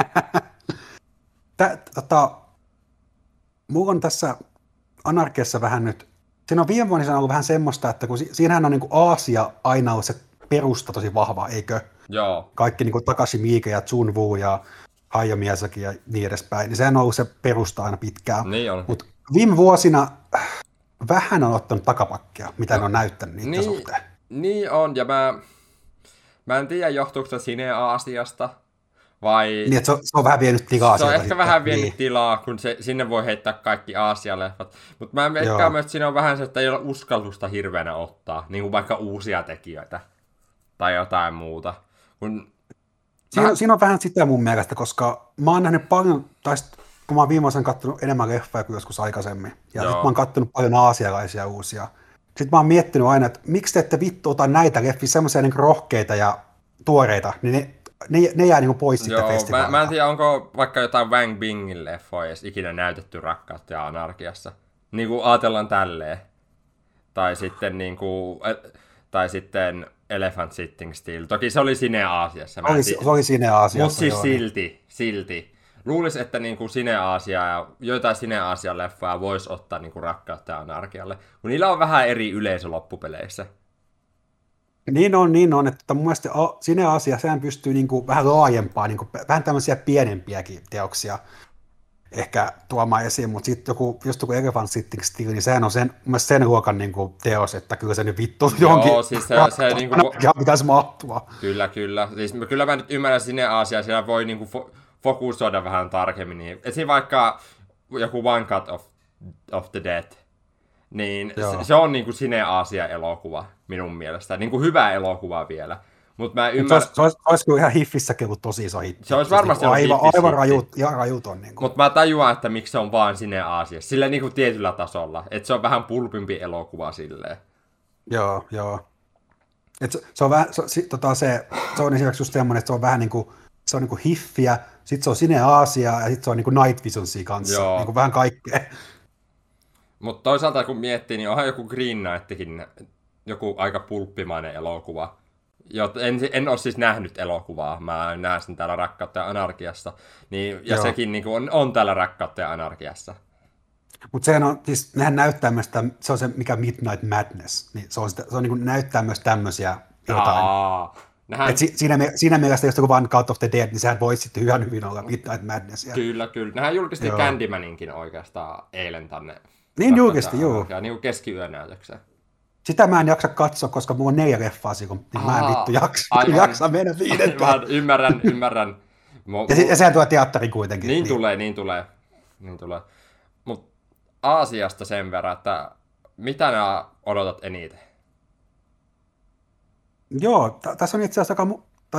Mulla on tässä Anarkiassa vähän nyt, siinä on viime vuonna ollut vähän semmoista, että kun siinähän on niin kuin Aasia aina ollut se perusta tosi vahva, eikö? Joo. Kaikki niin kuin Takashi Miike ja Jun Woo ja Hayao Miyazaki ja niin edespäin, niin sehän on ollut se perusta aina pitkään. Niin on. Mutta viime vuosina vähän on ottanut takapakkia, mitä ne on näyttänyt niiden suhteen. Niin on, ja mä en tiedä, johtuuko se Sine-Aasiasta, vai... Niin, että se on vähän vienyt tilaa. Se on ehkä vähän vienyt tilaa, kun sinne voi heittää kaikki Aasia-leffat. Mutta mä veikkaan myös, että siinä on vähän se, että ei ole uskallusta hirveänä ottaa, niin kuin vaikka uusia tekijöitä tai jotain muuta. Siinä on vähän sitä mun mielestä, koska mä oon nähnyt paljon, kun mä oon viime vuosina katsonut enemmän leffoja kuin joskus aikaisemmin, ja sitten mä oon katsonut paljon aasialaisia uusia. Sitten mä oon miettinyt aina, että miksi te ette vittu ota näitä leffiä, semmoisia niin rohkeita ja tuoreita, niin ne jää niin pois sitten festivaalilta. Mä en tiedä, onko vaikka jotain Wang Bingin leffoja edes ikinä näytetty Rakkautta ja Anarkiassa. Niin kuin ajatellaan tälleen. Tai sitten Elephant Sitting Still. Toki se oli Sine-Aasiassa. Se oli Sine-Aasiassa. Mutta siis silti. Luulisi, että niin kuin Sine-Aasia ja joitain Sine-Aasian leffoja voisi ottaa niin kuin Rakkautta ja Anarkialle. Kun niillä on vähän eri yleisö loppupeleissä. Niin on, että mun mielestä Sine-Aasia, sehän pystyy niin kuin vähän laajempaa, niin kuin vähän tämmöisiä pienempiäkin teoksia ehkä tuomaan esiin, mutta sitten just joku Elephant Sitting Still, niin sehän on sen luokan niin kuin teos, että kyllä se nyt vittu johonkin se niin kuin pitäisi mahtua. Kyllä. Siis kyllä mä nyt ymmärrän Sine-Aasiaa, siellä voi niin kuin fokusoida vähän tarkemmin. Niin. Esim. Vaikka joku One Cut of the Dead, niin se on niin kuin Sine-Aasia-elokuva minun mielestä. Niin kuin hyvä elokuva vielä. Mutta mä ymmärrän... Se olisi kyllä ihan hiffissäkin ollut tosi iso hitti. Se olisi varmasti aivan rajut on. Niin mutta mä tajuan, että miksi se on vaan Sine-Aasiassa. Silleen niin kuin tietyllä tasolla. Että se on vähän pulpimpi elokuva silleen. Joo. Se on esimerkiksi just semmoinen, että se on vähän niin kuin, se on niin kuin hiffiä, sitten se on Sine-Aasiaa ja sitten se on niin kuin Night Visionsia kanssa. Niin kuin vähän kaikkea. Mutta toisaalta kun miettii, niin onhan joku Green Knightikin joku aika pulppimainen elokuva. En ole siis nähnyt elokuvaa, mä näen sen täällä Rakkautta ja Anarkiassa. Niin, ja sekin niin kuin on täällä Rakkautta ja Anarkiassa. Mutta sehän on, siis nehän näyttää myös, se on se mikä Midnight Madness, niin se on niin kuin näyttää myös tämmöisiä jotain. Siinä mielessä, jos joku One Cut of the Dead, niin sehän voi sitten hyvin olla Midnight Madness. Kyllä. Nehän julkisti Candymaninkin oikeastaan eilen tänne. Niin julkisti, joo. Ja niin kuin keskiyönäytökseen. Sitä mä en jaksa katsoa, koska mulla on 4 leffaa, kun mä en vittu jaksa mennä 5. Ymmärrän. Ja sehän tuo teatteri kuitenkin. Niin tulee. Mutta Aasiasta sen verran, että mitä nää odotat eniten? Joo, tässä on itse asiassa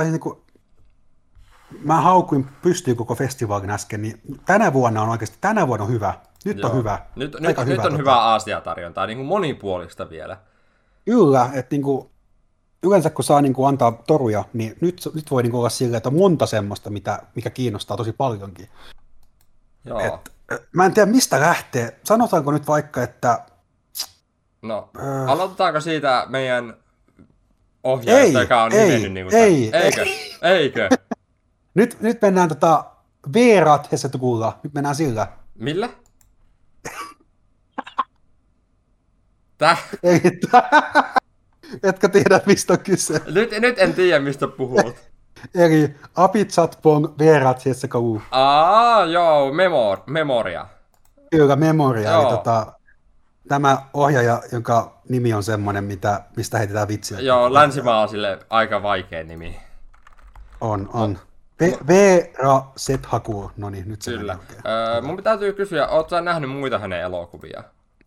mä haukuin pystyyn koko festivaalin äsken, niin tänä vuonna on hyvä. Nyt on hyvä. Nyt on hyvä Aasia-tarjontaa, niin kuin monipuolista vielä. Kyllä, että niin kuin, yleensä kun saa niin kuin antaa toruja, niin nyt voi niin kuin olla silleen, että on monta semmoista, mikä kiinnostaa tosi paljonkin. Joo. Mä en tiedä, mistä lähtee. Sanotaanko nyt vaikka, että... No, aloitetaanko siitä meidän ohjaaja, joka on nimennyt niin kuin Eikö? Nyt mennään Veerat Hessetukulla. Nyt mennään sillä. Millä? Etkö tiedä, mistä on kyse? Nyt en tiedä, mistä puhut. Eli Apichatpong Veerat Hessetukulla. Joo, Memoria. Kyllä, Memoria. Eli tämä ohjaaja, jonka nimi on semmoinen, mistä heitetään vitsiä. Joo, länsimaalaisille aika vaikea nimi. On. Veera Sethaku, no niin, nyt se kyllä. Mun täytyy kysyä, ootko sä nähnyt muita hänen elokuvia?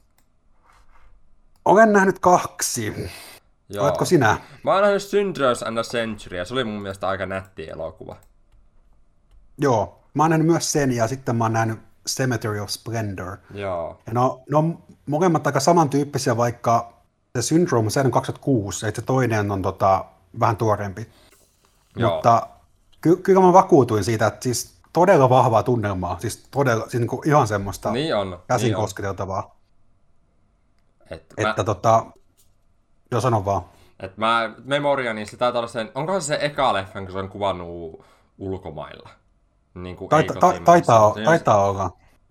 Olen nähnyt 2. Joo. Oletko sinä? Mä oon nähnyt Synchros and a Century, ja se oli mun mielestä aika nätti elokuva. Joo, mä oon nähnyt myös sen, ja sitten mä oon nähnyt Cemetery of Splendor. Joo. Ja ne on molemmat aika samantyyppisiä, vaikka se Syndrome, se on 2006, ja se toinen on vähän tuorempi. Mutta kyllä mä vakuutuin siitä, että siis todella vahvaa tunnelmaa, siis todella, siis niin ihan semmoista käsin niin kosketeltavaa. Että joo, sano vaan. Että Memoria, niin se taitaa olla sen, onkohan se eka leffa, kun se on kuvannut ulkomailla? Niin kuin Taitaa olla.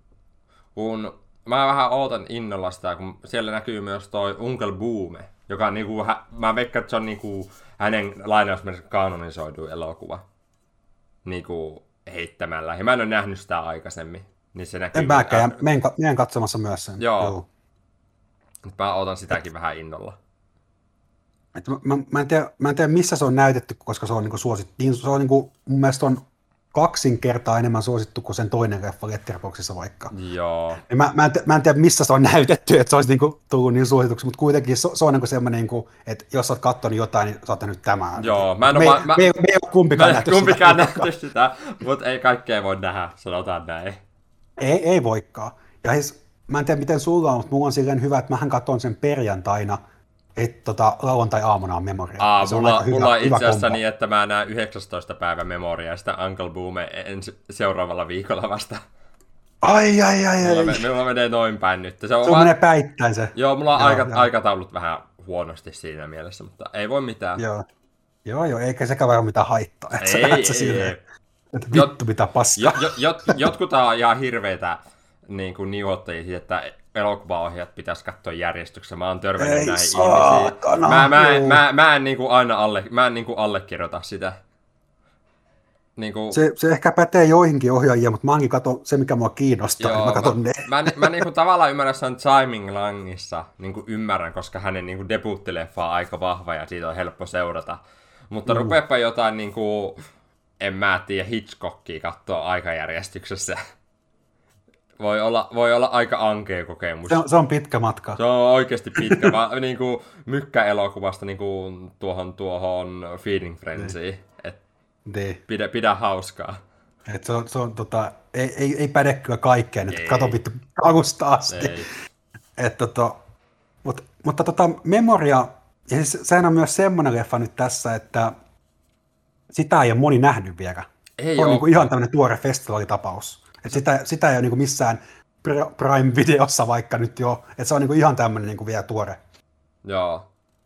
Mä vähän ootan innolla sitä, kun siellä näkyy myös toi Uncle Boome, joka on niinku, mä veikkaan, että se on niinku hänen lainausmerkissä kanonisoidu elokuva. Niinku heittämällä. Ja mä en ole nähnyt sitä aikaisemmin. Niin se näkyy. En mäkään, menen katsomassa myös sen. Joo. Mä ootan sitäkin vähän innolla. Mä en tiedä, missä se on näytetty, koska se on niinku suosittu. Se on niinku, mun mielestä on 2 kertaa enemmän suosittu kuin sen toinen leffa Letterboxdissa vaikka. Joo. Mä en tiedä, missä se on näytetty, että se olisi niinku tullut niin suosituksi, mutta kuitenkin se on niinku semmoinen, niinku, että jos sä oot katsonut jotain, niin sä oot nyt tämän. Joo, me ei ole kumpikaan nähty sitä, mutta ei kaikkea voi nähdä, sanotaan näin. Ei voikaan. Ja siis, mä en tiedä, miten sulla on, mutta mulla on silleen hyvä, että mähän katson sen perjantaina, että lauantai-aamuna on Memoria. Mulla on itse asiassa niin, että mä näen 19. päivä Memoria ja sitä Uncle Boome seuraavalla viikolla vasta. Ai. Mulla menee noin päin nyt. Se menee päittäin se. Joo, mulla on aikataulut vähän huonosti siinä mielessä, mutta ei voi mitään. Joo, eikä sekään vähän mitään haittaa. Ei. Että vittu mitä paskaa. Jotkut on ihan hirveitä niin kuin niuhottajia siitä, että elokuvaohjaajat pitäisi katsoa järjestyksessä. Mä oon törmännyt näihin ihmisiin. Mä en niinku aina allekirjoita sitä. Niinku... Se ehkä pätee joihinkin ohjaajia, mutta mä ainakin katon se, mikä mua kiinnostaa, joo, niin mä katon ne. Mä niinku tavallaan ymmärrän sen Timing Langissa, niinku ymmärrän, koska hänen niinku debuuttileffa on aika vahva ja siitä on helppo seurata. Mutta rupeepa jotain niinku, en mä tiedä, Hitchcockia katsoa aikajärjestyksessä. Voi olla aika ankea kokemus. Se on pitkä matka. Se on oikeasti pitkä. Niinku mykkäelokuvasta niinku tuohon Feeding Frenziin. Pidä hauskaa. Et se on ei päde kyllä kaikkeen, että kato vittu alusta asti. Mutta Memoria, ja siis sehän on myös semmoinen leffa nyt tässä, että sitä ei ole moni nähnyt vielä. Se on niinku ihan tämmöinen tuore festivaalitapaus. Sitä ei ole niinku missään Prime-videossa vaikka nyt jo, että se on niinku ihan tämmöinen niinku vielä tuore. Joo.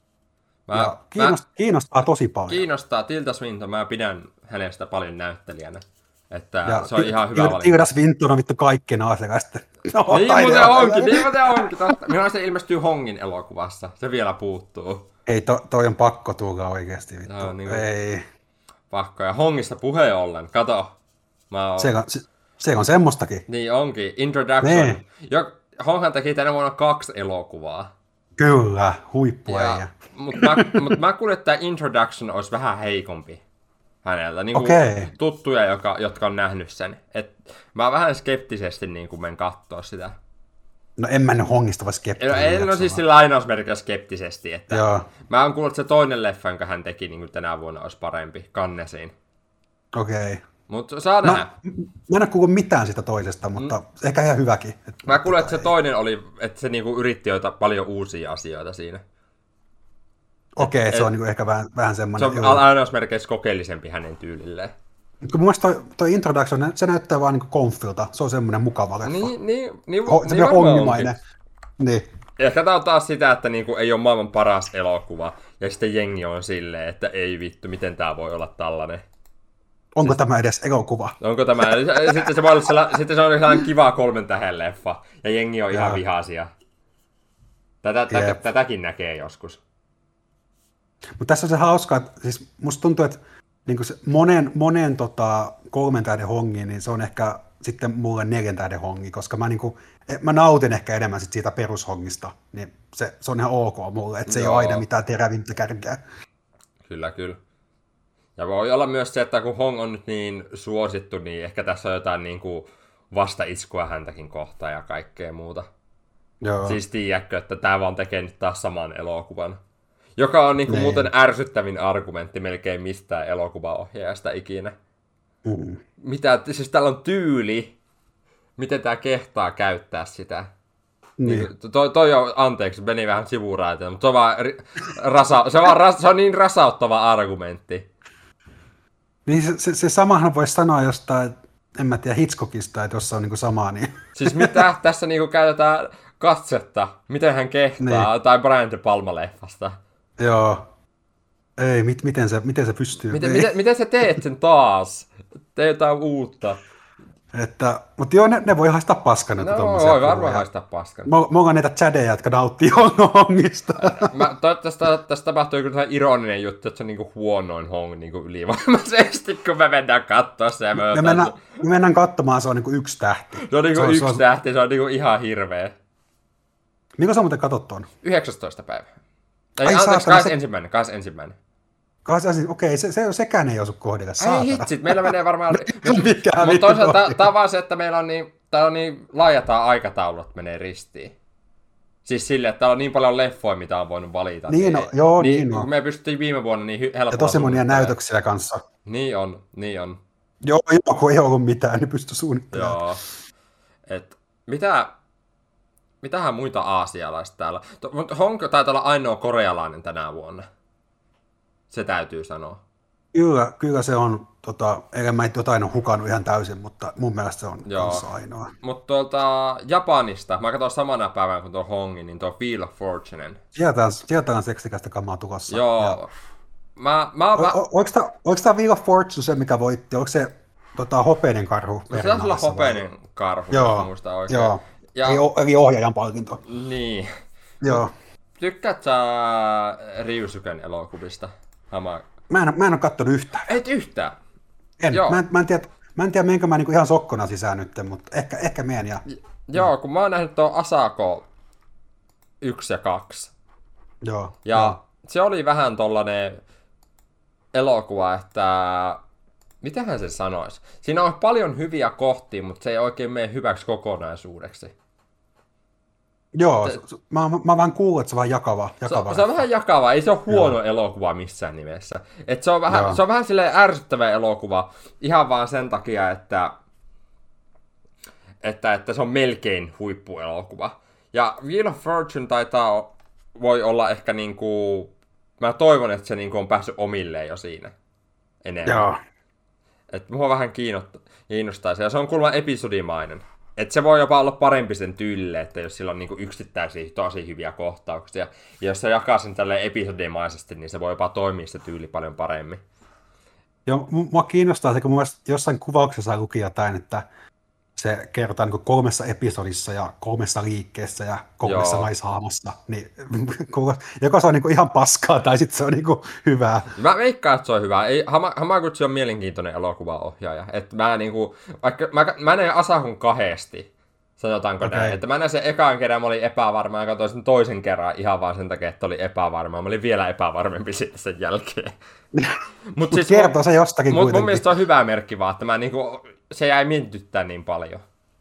Kiinnostaa tosi paljon. Kiinnostaa. Tilda Swinton, mä pidän hänestä paljon näyttelijänä. Että se on ihan hyvä valinta. Tilda Swinton on vittu kaikki naasekaista. Niin muuten onkin. Milloin se ilmestyy Hongin elokuvassa? Se vielä puuttuu. Ei, toi on pakko tulla oikeasti vittu. No, niin ei. Pakko. Ja Hongista puheen ollen, kato. Se on semmoistakin. Niin onkin. Introduction. Honghan teki tänä vuonna 2 elokuvaa. Kyllä, huippuäijä. Mutta mä kuulen, että tämä Introduction olisi vähän heikompi häneltä. Niin tuttuja, jotka on nähnyt sen. Mä vähän skeptisesti niin menen kattoo sitä. No en mä nyt Hongista vai skeptisesti. No siis sillä lainausmerkillä skeptisesti. Että mä oon kuullut, että se toinen leffa, jonka hän teki niin tänä vuonna, olisi parempi. Kannesiin. Okei. Mutta saa nähdä. Mä en ole kuullut mitään sitä toisesta, mutta ehkä ihan hyväkin. Mä kuulen, että se toinen oli, että se niinku yritti paljon uusia asioita siinä. Okei, se on niinku ehkä vähän semmoinen. Se on lainausmerkeissä kokeellisempi hänen tyylilleen. Mun mielestä toi Introduction, se näyttää vaan niinku konfilta. Se on semmoinen mukava leffa. Se on hongimainen. Niin. Ehkä tää on taas sitä, että niinku ei ole maailman paras elokuva. Ja sitten jengi on silleen, että ei vittu, miten tää voi olla tällainen. Onko tämä edes elokuva? Onko tämä? Sitten se on sellainen kiva 3 tähden leffa. Ja jengi on ihan vihaisia. Tätäkin näkee joskus. Mutta tässä on se hauskaa, että siis musta tuntuu, että niinku se monen 3 tähden hongi, niin se on ehkä sitten mulle 4 tähden hongi, koska mä nautin ehkä enemmän siitä perushongista. Niin se on ihan ok mulle, että se ei ole aina mitään terävintä kärkeä. Kyllä. Ja voi olla myös se, että kun Hong on nyt niin suosittu, niin ehkä tässä on jotain niin kuin vastaiskua häntäkin kohtaan ja kaikkea muuta. Joo. Siis tiedätkö, että tämä vaan tekee nyt taas saman elokuvan. Joka on niin kuin muuten ärsyttävin argumentti melkein mistään elokuvaohjaajasta ikinä. Siis täällä on tyyli, miten tämä kehtaa käyttää sitä. Niin. Toi on, anteeksi, meni vähän sivuraiteille, mutta se on niin rasauttava argumentti. Niin se samahan voisi sanoa jostain, en mä tiedä, Hitchcockista, että jos se on niinku samaa, niin... Siis mitä tässä niinku käytetään katsetta, miten hän kehtaa, Niin. tai Brian De Palma-leffasta. Joo. Ei, miten se pystyy? Miten sä teet sen taas? Tee jotain uutta. Mutta joo, ne voi haistaa paskana. No voi varmaan haistaa paskana. Me ollaan näitä chadeja, jotka nauttii hongista. Tässä tapahtuu joku ironinen juttu, että se on niinku huonoin hong niinku ylivoimaisesti, kun me mennään katsoa se. Me mennään katsomaan, se on niinku 1 tähti. Se on niinku 1 tähti, se on niinku ihan hirveä. Milloin sä muuten katot tuon? 19. päivä. Ai anteeksi, 21. Okei, sekään ei osu kohdille. Ei hitsit, meillä menee varmaan... Mutta toisaalta tämä on vaan se, että meillä on niin laajata aikataulut menee ristiin. Siis silleen, että täällä on niin paljon leffoja, mitä on voinut valita. Niin on, joo, niin on. Kun me pystyttiin viime vuonna niin helpolla... Ja tosi monia näytöksiä kanssa. Niin on. Joo, kun ei ollut mitään, niin pystyi suunnittelemaan. Joo. Mitähän muita aasialaista täällä? Mutta Honko taitaa olla ainoa korealainen tänä vuonna. Se täytyy sanoa. Kyllä se on, eikä mä jotain ole hukannut ihan täysin, mutta mun mielestä se on kanssa ainoa. Mutta tuolta Japanista, mä katson samana päivänä kuin tuo Hongin, niin tuo Wheel of Fortune. Sieltä on seksikästä kamaa tulossa. Joo. Oliko tämä Wheel of Fortune se, mikä voitti? Oliko se hopeinen karhu? Se taisi olla hopeinen karhu, jos muista oikein. Joo. Eli ohjaajan palkinto. Niin. Joo. Tykkäät sä Ryusuken elokuvista? Mä en ole kattonut yhtään. Et yhtään? Mä en tiedä, menenkö mä niinku ihan sokkona sisään nyt, mutta ehkä menen. Joo, kun mä oon nähnyt tuon Asako 1 ja 2. Joo. Ja se oli vähän tollanen elokuva, että... Mitähän se sanoisi? Siinä on paljon hyviä kohtia, mutta se ei oikein mene hyväksi kokonaisuudeksi. Joo, mä vaan kuullut, että se on vähän jakava. Se on vähän jakava, ei se ole huono elokuva missään nimessä. Et se on vähän silleen ärsyttävä elokuva, ihan vaan sen takia, että se on melkein huippuelokuva. Ja Wheel of Fortune voi olla ehkä niinku, mä toivon, että se niinku on päässyt omilleen jo siinä enemmän. Joo. Että mua vähän kiinnostaisi, ja se on kuulemma episodimainen. Että se voi jopa olla parempi sen tyylille, että jos sillä on niinku yksittäisiä tosi hyviä kohtauksia. Ja jos se jakaa sen tälleen episodimaisesti, niin se voi jopa toimia se tyyli paljon paremmin. Joo, mua kiinnostaa se, kun mun mielestä jossain kuvauksessa luki jotain, että se kerrotaan niin 3 episodissa ja 3 liikkeessä ja 3 naishahmossa. Niin, joko se on niin ihan paskaa tai sitten se on niin hyvää. Mä veikkaan, että se on hyvä. Hamaguchi on mielenkiintoinen elokuvaohjaaja. Että mä näin Asahun 2, sanotaanko näin. Että mä näin sen ekaan kerran, mä olin epävarma, ja katsoin sen toisen kerran ihan vaan sen takia, että oli epävarma. Mä olin vielä epävarmempi sitten sen jälkeen. Mut siis kertoo se jostakin kuitenkin. Mun mielestä se on hyvä merkki vaan, että se jäi mietityttää niin paljon.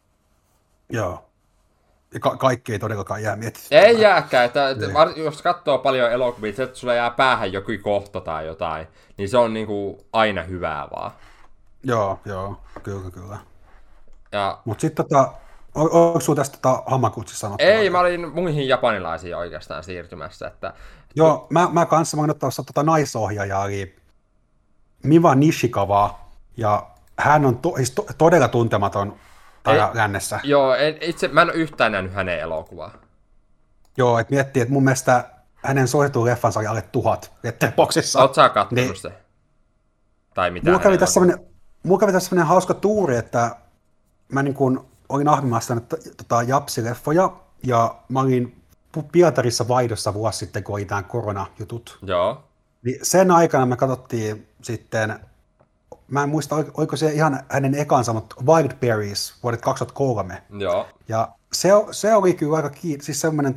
Joo. Kaikki ei todellakaan jää mietityttää. Ei jääkään. Jos katsoo paljon elokuvia, että sulla jää päähän joku kohta tai jotain, niin se on niinku aina hyvää vaan. Joo, kyllä. Mutta sitten oliko sinulla tästä Hamaguchi sanottu? Ei, mä olin muihin japanilaisiin oikeastaan siirtymässä. Joo, mä kanssa olen ottanut naisohjaajaa, eli Miwa Nishikawa, ja hän on todella tuntematon täällä lännessä. Joo, mä en ole yhtään nähnyt hänen elokuvaa. Joo, että miettii, että mun mielestä hänen suosituin leffansa oli alle 1000 Letterboxdissa. Oot sä kattonut se? Tai mitä? Mulla kävi tässä sellainen hauska tuuri, että mä niin kun olin ahmimassa japsileffoja, ja mä olin Pietarissa vaihdossa vuosi sitten, kun oli nämä koronajutut. Joo. Niin sen aikana me katsottiin sitten, mä en muista, oliko se ihan hänen ekansa, mutta Wild Berries vuodet 2003. Joo. Ja se oli kyllä aika siis semmoinen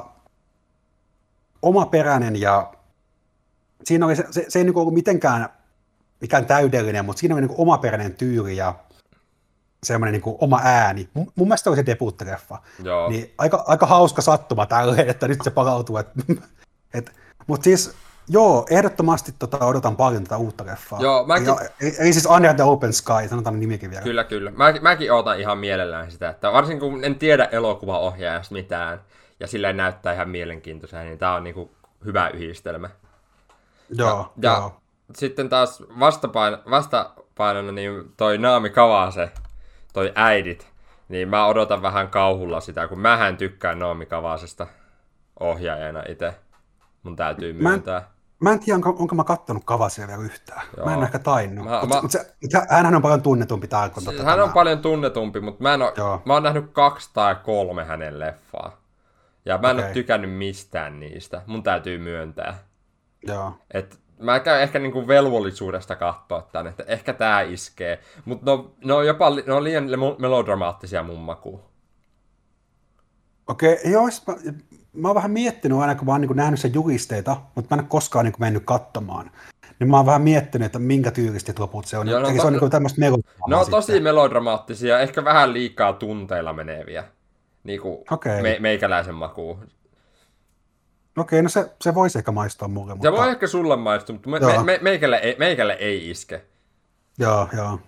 omaperäinen, ja siinä oli, se ei ollut mitenkään mikään täydellinen, mutta siinä oli niin omaperäinen tyyli ja semmoinen niin oma ääni. Mun mielestä oli se debuttileffa. Joo. Niin aika hauska sattuma tälleen, että nyt se palautuu. Mutta siis joo, ehdottomasti odotan paljon tätä uutta leffaa. Joo, eli siis Under the Open Sky, sanotaan nimikin vielä. Kyllä. Mäkin odotan ihan mielellään sitä, että varsinkin kun en tiedä elokuvaohjaajasta mitään, ja silleen näyttää ihan mielenkiintoisia, niin tää on niinku hyvä yhdistelmä. Joo. sitten taas vastapainona niin toi Naami Kawase, toi Äidit, niin mä odotan vähän kauhulla sitä, kun mähän tykkään Naami Kawasesta ohjaajana itse. Mun täytyy myöntää. Mä en tiedä, onko mä kattonut Kawasia vielä yhtään. Joo. Mä en ehkä tainnut. Hänhän on paljon tunnetumpi tarkonta. Siis hän on paljon tunnetumpi, mutta mä oon nähnyt 2 tai 3 hänen leffaa. Ja mä en ole tykännyt mistään niistä. Mun täytyy myöntää. Joo. Et mä käyn ehkä niinku velvollisuudesta katsoa tän, että ehkä tää iskee. Mutta ne on liian melodramaattisia mun makuun. Okei, joo. Mä oon vähän miettinyt aina, kun mä oon niin nähnyt sen julisteita, mutta mä en ole koskaan niin mennyt katsomaan. Niin mä oon vähän miettinyt, että minkä tyylisesti loput se on. Joo, se on niin tämmöistä melodramaa. Ne on tosi melodramaattisia, ehkä vähän liikaa tunteilla meneviä. Niinku meikäläisen makuun. Okei, no se voisi ehkä maistua mulle. Se voi ehkä sulle maistua, mutta meikälle ei iske. Joo.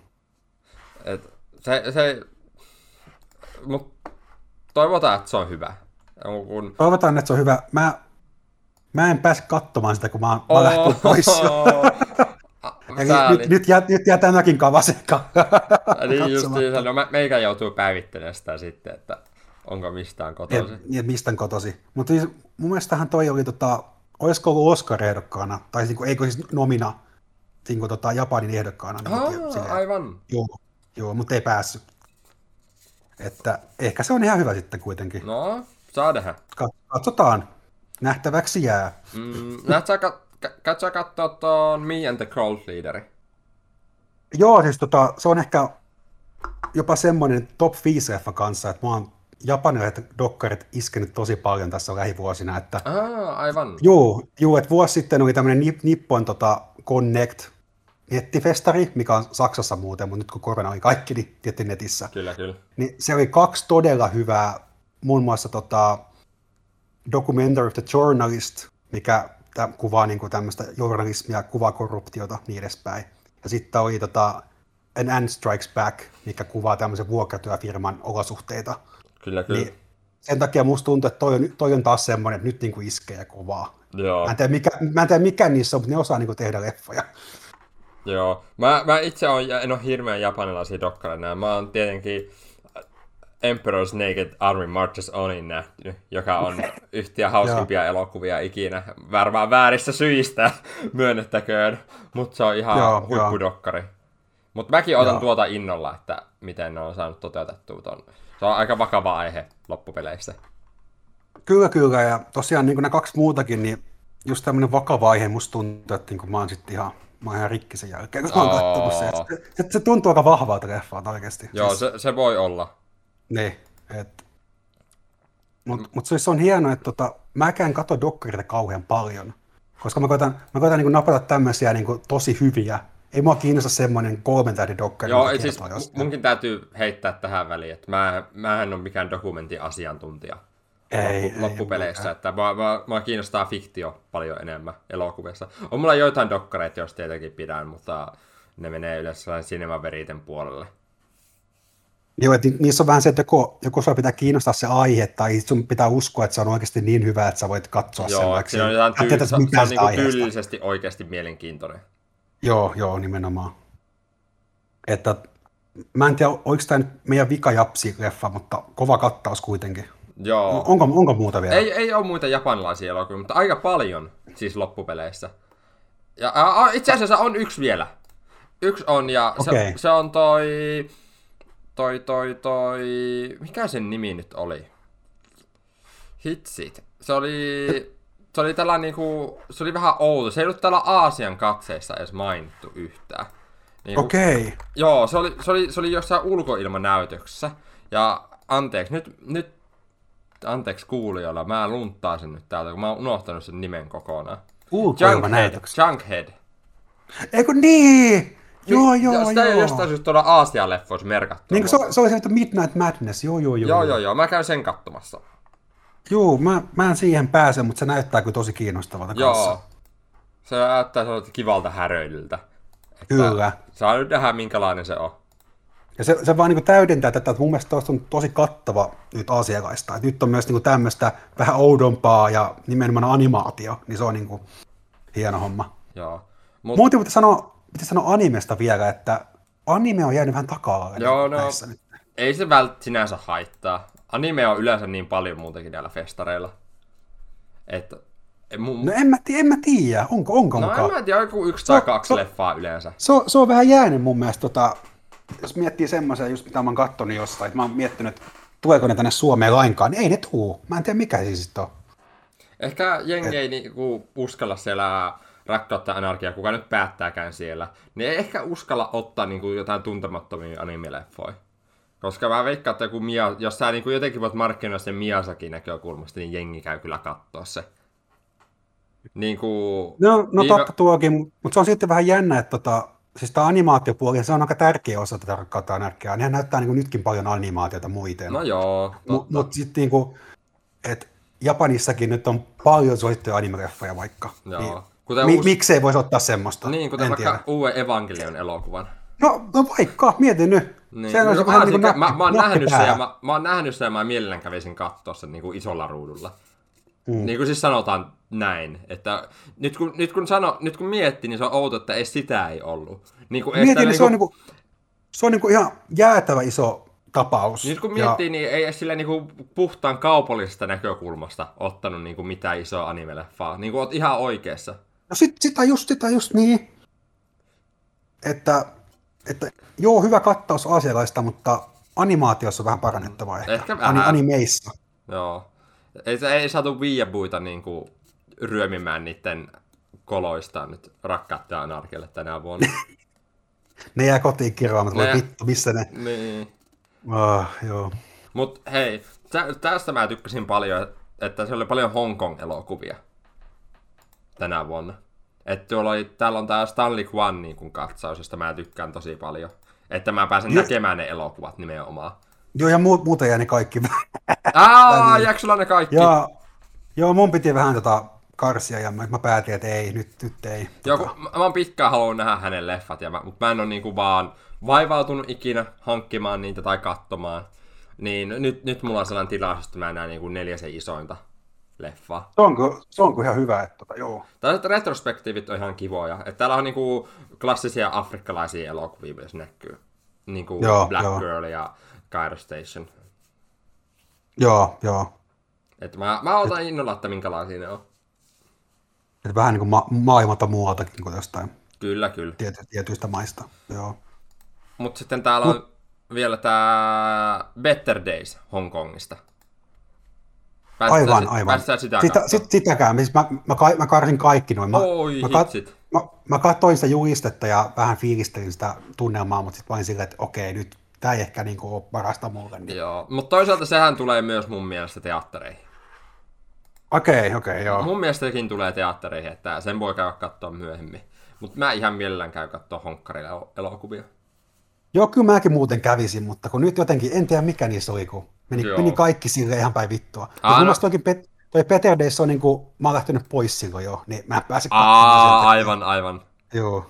Mut toivotaan, että se on hyvä. Toivotaan, että se on hyvä. Mä en pääse katsomaan sitä, kun mä lähtin pois. Nyt jää tämäkin Kawaseka. Niin justiin, no meikä joutuu päivittelemään sitä sitten, että onko mistään kotosi. Ja mistään kotosi. Mutta siis, mun mielestähän toi oli, olisiko ollut Oscar-ehdokkaana, tai eikö siis nomina Japanin ehdokkaana. Aivan. Joo, mutta ei päässyt. Että ehkä se on ihan hyvä sitten kuitenkin. No, saa tehdä. Katsotaan. Nähtäväksi jää. Katsotaan katsoa tuon Me and the Cold Leaderi. Joo, siis se on ehkä jopa semmoinen top 5 leffa kanssa, että mä oon japanilaiset dokkarit iskenyt tosi paljon tässä lähivuosina. Että, aivan. Joo, että vuosi sitten oli tämmöinen Nippon Connect nettifestari, mikä on Saksassa muuten, mutta nyt kun korona oli kaikki, niin tietysti netissä. Kyllä. Niin se oli 2 todella hyvää, muun muassa Documentary of the Journalist, mikä kuvaa niin kuin tämmöistä journalismia, kuvaa korruptiota, niin edespäin. Ja sitten oli An Ant Strikes Back, mikä kuvaa tämmöisen vuokratyöfirman olosuhteita. Kyllä. Niin sen takia musta tuntuu, että toi on taas semmoinen, että nyt niin kuin iskee kovaa. Joo. Mä en tiedä mikä niissä on, mutta ne osaa niin kuin tehdä leffoja. Joo. Mä itse en ole hirveän japanilaisia dokkareita. Mä oon tietenkin Emperor's Naked Army Marches Onin nähty, joka on yhtiä hauskimpia elokuvia ikinä. Varmaan vääristä syistä, myönnettäköön, mutta se on ihan huippudokkari. Mutta mäkin otan tuota innolla, että miten ne on saanut toteutettua ton. Se on aika vakava aihe loppupeleissä. Kyllä, ja tosiaan niin kuin nämä 2 muutakin, niin just tämmöinen vakava aihe musta tuntuu, että niin mä oon sitten ihan rikki sen jälkeen, kun mä oon kattonut se. Se tuntuu aika vahvalta leffalta oikeasti. Joo, siis se voi olla. Niin, mutta siis on hienoa, että mäkään katso dokkareita kauhean paljon, koska mä koitan niin napata tämmöisiä niin tosi hyviä. Ei mua kiinnosta semmoinen 3 tähden dokkari. Joo, siis munkin täytyy heittää tähän väliin, että mä en ole mikään dokumentin asiantuntija loppupeleissä, että mä kiinnostaa fiktio paljon enemmän elokuvissa. On mulla joitain dokkareita, jos tietenkin pidän, mutta ne menee yleensä cinema-veriten puolelle. Joo, että niissä on vähän se, että joko sua pitää kiinnostaa se aihe, tai sun pitää uskoa, että se on oikeasti niin hyvä, että sä voit katsoa sen. Joo, siinä on jotain se on niinku tyylisesti oikeasti mielenkiintoinen. Joo, nimenomaan. Että mä en tiedä, oliko tämä nyt meidän vikajapsi-leffa, mutta kova kattaus kuitenkin. Joo. Onko muuta vielä? Ei ole muita japanilaisia elokuvia, mutta aika paljon siis loppupeleissä. Ja itse asiassa on yksi vielä. Yksi on, ja se on toi... Mikä sen nimi nyt oli? Hitsit. Se oli tällä niinku... Se oli vähän outo. Se ei ollut täällä Aasian katseissa edes mainittu yhtään. Niinku, Okei. Joo, se oli jossain ulkoilmanäytöksessä. Ja anteeksi kuulijoilla, mä lunttaan sen nyt täältä, kun mä oon unohtanut sen nimen kokonaan. Ulkoilmanäytöksessä? Junkhead. Eikö niin? Joo. Sitä ei jostain syystä tuolla Aasia-leffoissa merkattu. Niin se oli se, että Midnight Madness, Joo, mä käyn sen katsomassa. Joo, mä en siihen pääse, mutta se näyttää kyllä tosi kiinnostavalta kanssa. Joo, se näyttää kivalta häröilyltä. Kyllä. Saa nyt nähdä, minkälainen se on. Ja se vaan niin täydentää tätä, että mun mielestä tuosta on tosi kattava nyt asiakaista. Että nyt on myös niin tämmöistä vähän oudompaa ja nimenomaan animaatio, niin se on niin hieno homma. Joo. Muuten piti sanoa animesta vielä, että anime on jäänyt vähän taka-alalle Joo, no, näissä nyt. ei se sinänsä haittaa. Anime on yleensä niin paljon muutenkin näillä festareilla. Että... No en mä tiedä, onko No mukaan. en mä tiedä, joku 1 tai 2 leffaa yleensä. Se on vähän jäänyt mun mielestä, jos miettii semmoisia, just mitä mä oon kattonut jostain, että mä oon miettinyt, että tuleeko ne tänne Suomeen lainkaan, niin ei ne tuu. Mä en tiedä mikä se sitten on. Ehkä jengi ei niinku uskalla siellä Rakkautta ja Anarkia, kuka nyt päättääkään siellä, niin ei ehkä uskalla ottaa niinku jotain tuntemattomia anime-leffoja. Koska mä veikkaan, että jos sä niinku jotenkin voit markkinoida sen Miyazakin näkökulmasta, niin jengi käy kyllä kattoo se. Niinku, No totta tuokin, mutta se on sitten vähän jännä, että siis tämä animaatiopuoli, se on aika tärkeä osa tätä Rakkautta ja Anarkiaa. Nehän näyttää niin nytkin paljon animaatiota muiten. No joo, Mutta sitten niinku, että Japanissakin nyt on paljon suosittuja anime-leffoja vaikka. joo. Niin, miksei voisi ottaa semmoista? Niin, kuten vaikka uuden Evangelion elokuvan. No vaikka, mietin nyt. Niin. Mä oon nähnyt sen ja mä mielellään kävisin katsoa sen niin kuin isolla ruudulla. Niin kuin siis sanotaan näin, että nyt kun miettii, niin se on outo, että sitä ei ollut. Niin kuin mietin, niin se on niinku ihan jäätävä iso tapaus. Nyt kun miettii, niin ei sillä niinku puhtaan kaupallisesta näkökulmasta ottanut niinku mitään isoa anime-leffaa. Niin kuin oot ihan oikeassa. No sitä just niin, että joo, hyvä kattaus asialaista, mutta animaatiossa on vähän parannettavaa ehkä vähän. Animeissa. Joo. Ei saatu viiabuita niinku ryömimään niiden koloistaan nyt Rakkautta ja Anarkialle tänä vuonna. Ne jää kotiin kirjaamaan, voi vittu, missä ne... Niin. Joo. Mut hei, tästä mä tykkäsin paljon, että se oli paljon Hong Kong-elokuvia tänä vuonna. Että täällä on tää Stanley Kwan niin katsaus, josta mä tykkään tosi paljon. Että mä pääsen näkemään ne elokuvat nimenomaan. Joo, ja muuten jää ne kaikki. Jääkö sulla ne kaikki? Joo, mun piti vähän karsia, ja mä päätin, että ei, nyt ei. Joo, mä oon pitkään halunnut nähdä hänen leffat, mutta mä en ole niinku vaan vaivautunut ikinä hankkimaan niitä tai katsomaan. Niin nyt mulla on sellainen tilaisuus, että mä näen niinku 4 isointa leffaa. Se onko ihan hyvä, että joo. Tällaiset retrospektiivit on ihan kivoja. Että täällä on niinku klassisia afrikkalaisia elokuvia myös näkyy. Niinku Black Girl ja Cairo Station. Joo. Että mä otan innolla, että minkälaisia ne on. Että vähän niin kuin maailmalta muualtakin kuin jostain. Kyllä. Tietyistä maista, joo. Mutta sitten täällä on vielä tää Better Days Hongkongista. Aivan. Sitäkään. Siis mä karsin kaikki noin. Mä katsoin sitä julistetta ja vähän fiilistelin sitä tunnelmaa, mutta sitten vain silleen, että okei, nyt tää ei ehkä niinku ole parasta mulle. Niin. Joo, mutta toisaalta sehän tulee myös mun mielestä teattereihin. Okei, joo. Mun mielestä sekin tulee teattereihin, että sen voi käydä katsoa myöhemmin. Mutta mä ihan mielellään käyn katsoa honkkarilla elokuvia. Joo, kyllä mäkin muuten kävisin, mutta kun nyt jotenkin, en tiedä mikä niissä oli, kun meni kaikki silleen ihan päin vittua. Mun mielestä toi Better Days on niinku, mä oon lähtenyt pois silloin jo, niin mä en pääse katsomaan. Aivan. Joo.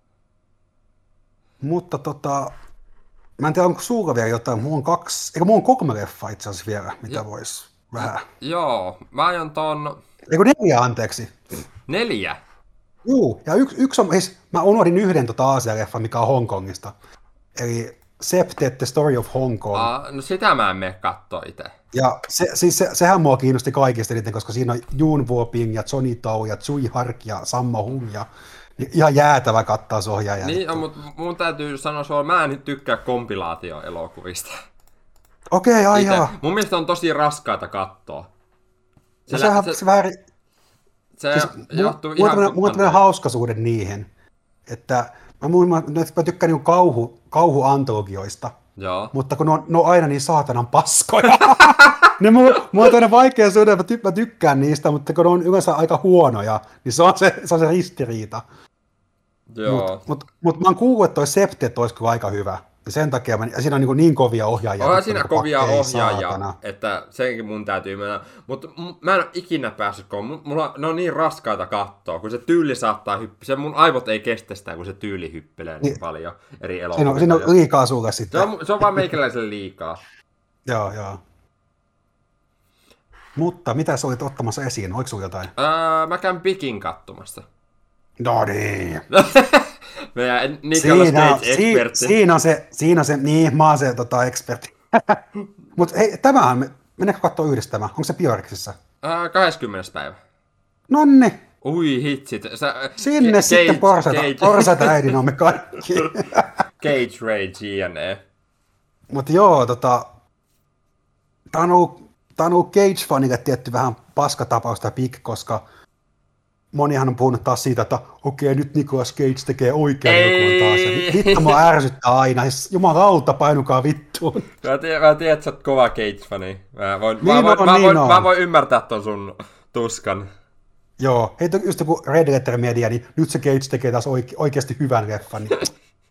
Mutta mä en tiedä, onko sulla vielä jotain, mulla on 3 leffaa itse asiassa vielä, mitä vois vähän. Joo, mä aion ton... 4, anteeksi. 4? Joo, ja yksi on, siis mä unohdin yhden Aasia-leffan, mikä on Hongkongista. Eli Septet, The Story of Hong Kong. No sitä mä en mene kattoo itse. Ja sehän mua kiinnosti kaikista eniten, koska siinä on Yoon Woo-ping ja Johnny To ja Tsui Hark ja Sammo Hung ja ihan jäätävä kattausohjaaja. Niin on, mutta mun täytyy sanoa sulla, mä en nyt tykkää kompilaatio-elokuvista. Okei, joo. Mun mielestä on tosi raskaita katsoa. Se johtuu ihan... Mulla on tämmöinen hauskasuhde niihin, että mä tykkään niinku kauhuantologioista, mutta kun ne on aina niin saatanan paskoja. Mulla on tämmöinen vaikea suhde, mä tykkään niistä, mutta kun ne on yleensä aika huonoja, niin se on se ristiriita. Mutta mä oon kuullut, että toi Septet olisi kyllä aika hyva. Ja sen takia, siinä on niin kovia ohjaajia. On siinä kovia ohjaajia, että senkin mun täytyy mennä. Mutta mä en ole ikinä päässyt, kun ne on niin raskaita katsoa, kun se tyyli saattaa hyppiä. Mun aivot ei kestä sitä, kun se tyyli hyppelee niin paljon eri elokuvia. Siinä on liikaa sulle sitten. Se on vaan meikäläiselle liikaa. Joo. Mutta mitä sä olit ottamassa esiin? Oliko sulla jotain? Mä käyn Pikin katsomassa. No niin. Meidän Nicolas Cage-ekspertti. Siinä on se, niin, mä oon se ekspertti. Mut hei, tämähän, mennäänkö katsoa yhdessä tämä? Onko se Björksissä? 20. päivä. Nonni. Ui hitsit. Sinne sitten porsata äidinomme kaikki. Cage Rage jne. Mut joo, tää on ollut Cage-fanille tietty vähän paskatapaus tää Big, koska monihan on puhunut taas siitä, että okei, nyt Nicolas Cage tekee oikean elokuvan taas. Ja vittu mua ärsyttää aina. Jumalauta, painukaa vittuun. Mä tiedän, että sä oot kova Cage-fani. Mä voin ymmärtää ton sun tuskan. Joo, hei just joku Red Letter Media, niin nyt se Cage tekee taas oikeasti hyvän leffan. Niin.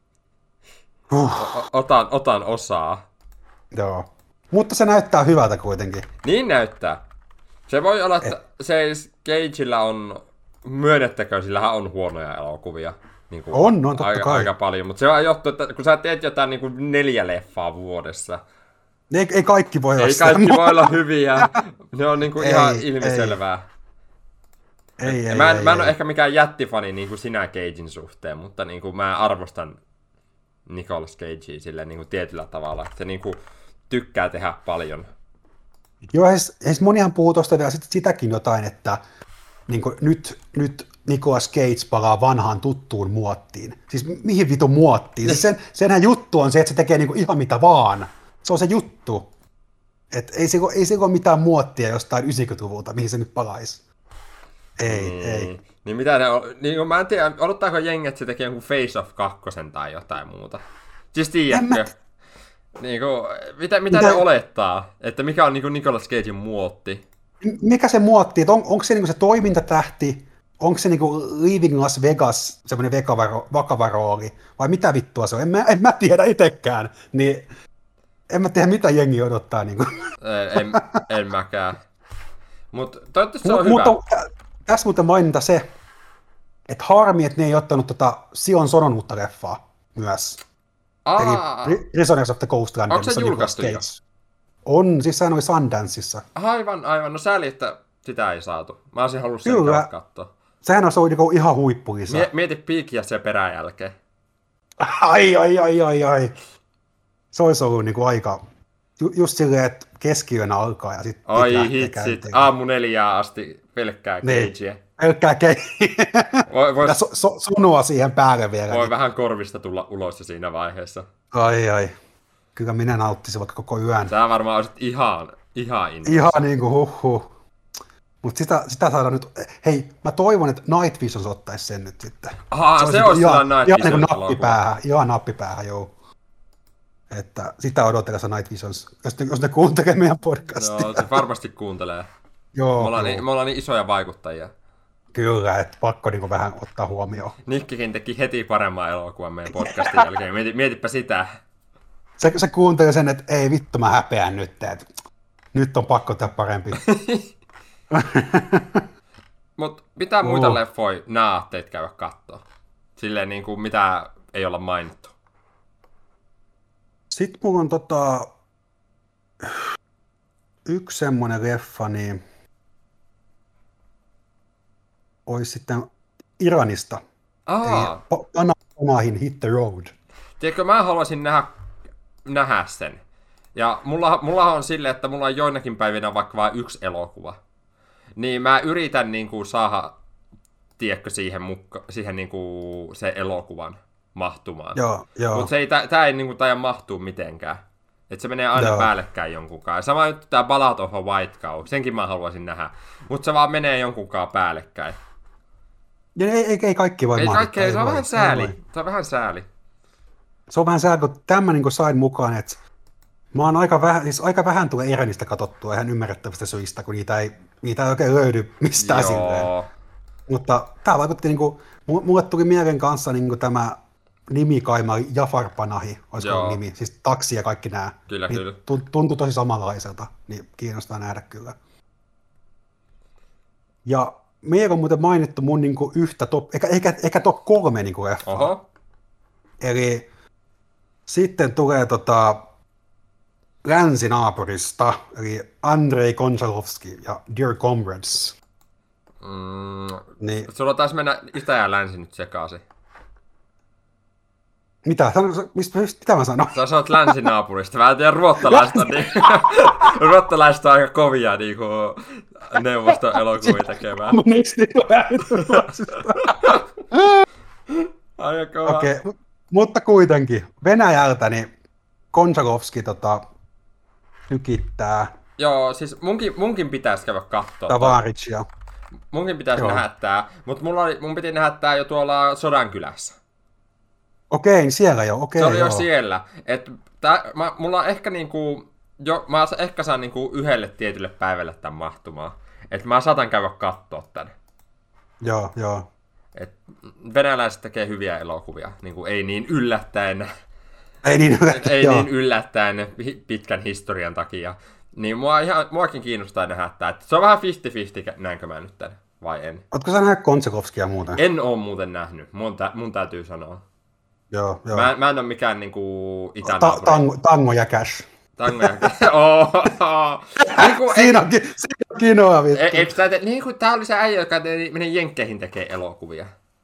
Otan osaa. Joo, mutta se näyttää hyvältä kuitenkin. Niin näyttää. Se voi olla, että se Cagella on, myönnettäkö, sillähän on huonoja elokuvia. Niin kuin on totta kai. Aika paljon, mutta se on johtuu, että kun sä teet jotain niin kuin 4 leffaa vuodessa. Ei kaikki voi olla ei kaikki voi olla hyviä. Ne on niin kuin ihan ilmiselvää. Mä en ole ehkä mikään jättifani niin kuin sinä Cagein suhteen, mutta niin kuin mä arvostan Nicolas Cagea silleen niin kuin tietyllä tavalla. Se niin kuin tykkää tehdä paljon. Joo, monihan puhuu tuosta vielä sitäkin jotain, että niin kuin nyt Nicolas Cage palaa vanhaan tuttuun muottiin. Siis mihin vitun muottiin? Siis senhän juttu on se, että se tekee niin kuin ihan mitä vaan. Se on se juttu. Et ei se ole mitään muottia jostain 90-luvulta, mihin se nyt palaisi. Ei. Niin mitä ne on? Niin, mä en tiedä, odottaako jengi, että se tekee jonkun Face of 2 tai jotain muuta? Siis tiedätkö? Niin kuin, mitä ne olettaa? Että mikä on niin Nicolas Cagein muotti? Mikä se muotti? Onko se, niin se toimintatähti? Onko se niin Leaving Las Vegas semmoinen vakava rooli? Vai mitä vittua se on? En mä tiedä itsekään. Niin, en mä tiedä, mitä jengi odottaa. Niin en mäkään. Mutta toivottavasti se on hyvä. Tässä muuten mainita se, että harmi, että ne ei ottanut Sion Sonon uutta leffaa myös. Eli Prisoners of the Ghostland. Onko se julkaistu jo? On, siis sehän oli Sundanceissa. Aivan. No sääli, että sitä ei saatu. Mä olisin halunnut sen katsoa. Sehän on ollut ihan huippuisa. Mieti Piikiä sen perään jälkeen. Ai. Se olisi ollut niinku aika, just silleen, että keskiyönä alkaa ja sitten ai hitsit, aamu 4 asti pelkkää Cagea. Pelkkää Cagea. Sunua siihen päälle vielä. Voi vähän korvista tulla ulos siinä vaiheessa. Ai. Kyllä minä nauttisin vaikka koko yön. Sä varmaan olisit ihan innoissa. Ihan niinku huhhuh. Mutta sitä saadaan nyt, hei, mä toivon, että Night Visions ottaisi sen nyt sitten. Se olisi Night Visions ihan nappipäähän, nappipäähän, joo. Että sitä odotellessa Night Visions, jos ne kuuntelee meidän podcastia. Joo, se varmasti kuuntelee. Joo. Me ollaan niin isoja vaikuttajia. Kyllä, että pakko niin vähän ottaa huomioon. Nikkikin teki heti paremman elokuvan meidän podcastin jälkeen. Mietipä sitä. Se kuuntelee sen, että ei vittu, mä häpeän nyt, että nyt on pakko tehdä parempi. Mut mitä muita leffoja naatte käydä kattoo? Silleen niin kuin mitä ei olla mainittu. Sitten mulla on yksi semmonen leffa, niin olisi sitten Iranista. Eli Panahin Hit the Road. Tiedätkö, mä haluaisin nähdä sen. Ja mulla on silleen, että mulla on joinakin päivinä vaikka vain yksi elokuva. Niin mä yritän niinku saada, tiedätkö, siihen niinku se elokuvan mahtumaan. Joo. Mutta tää ei niinku taida mahtua mitenkään. Et se menee aina päällekkäin jonkunkaan. Sama juttu tää Ballad of a White Cow, senkin mä haluaisin nähdä. Mutta se vaan menee jonkunkaan päällekkäin. Ja ei kaikki voi mahtua. Se on vähän sääli. Se on vähän sääli. Se on vähän sääli, kun tämä niin sain mukaan, että mä oon aika vähän tulee Iranista katsottua ihan ymmärrettävistä syistä, kun niitä ei oikein löydy mistään silleen. Mutta tää vaikutti niinku, mulle tuli mielen kanssa niinku tämä nimikaima Jafar Panahi, olisiko nimi, siis taksi ja kaikki nää. Kyllä. Tuntui tosi samanlaiselta, niin kiinnostaa nähdä kyllä. Ja meillä on muuten mainittu mun niinku yhtä eikä top 3 niinku leffaa. Oho. Eli sitten tulee länsinaapurista, eli Andrei Konchalovski ja Dear Comrades. Niin. Sulla taisi mennä itä ja länsi nyt sekaisin. Mitä? Mitä mä sanon? Sä sanoit länsinaapurista. Mä en tiedä, ruottalaiset on aika kovia niinku neuvostoelokuvia tekemään. Aika kova. Okei, mutta kuitenkin. Venäjältä niin Konchalovski tykittää. Joo, siis munkin pitäisi käydä kattoo. Tavaricia. Munkin pitäisi nähdä tää, mutta mun piti nähdä tää jo tuolla Sodankylässä. Okei, siellä jo, okei. Se oli jo jo siellä. Mulla on ehkä niinku, mä ehkä saan niinku yhdelle tietylle päivälle tän mahtumaan. Että mä saatan käydä kattoo tän. Joo. Et venäläiset tekee hyviä elokuvia, niinku ei niin yllättäen. Ei niin yllättäen pitkän historian takia. Niin muakin kiinnostaa nähdä tää. Se on vähän 50-50, näinkö mä nyt tän, vai en? Ootko sä nähnyt Konchalovskia muuten? En oo muuten nähnyt, mun täytyy sanoa. Joo. Mä en oo mikään niinku itänaapuri. Tango ja Cash. Tango ja Cash. Siinä on kinoa vittu. Niinku tää oli se äijä, joka meni Jenkkeihin tekee elokuvia.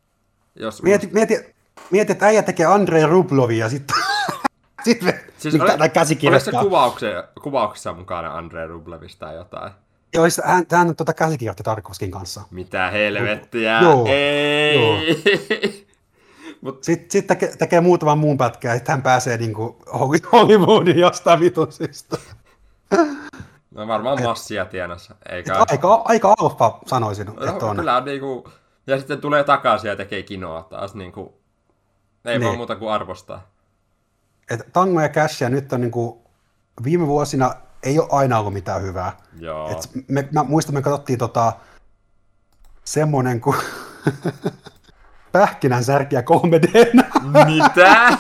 Mieti, että äijä tekee Andrei Rublovia ja sitten siis oliko se kuvauksessa mukana Andrei Rublevista tai jotain? Joo, hän käsikirjoitti Tarkovskin kanssa. Mitä helvettiä? Joo. Ei. Sitten tekee muutaman muun pätkän ja sitten hän pääsee niinku Hollywoodin jostain vitusista. No varmaan massia tienassa, eikä? Aika alfa sanoisin, että on. Kyllä on niinku, ja sitten tulee takaisin ja tekee kinoa taas niinku, ei vaan muuta kuin arvostaa. Et Tango ja Cashia nyt on niinku, viime vuosina ei ole aina ollut mitään hyvää. Joo. Mä muistan, me katsottiin semmonen kuin Pähkinänsärkiä 3D:nä. Mitä?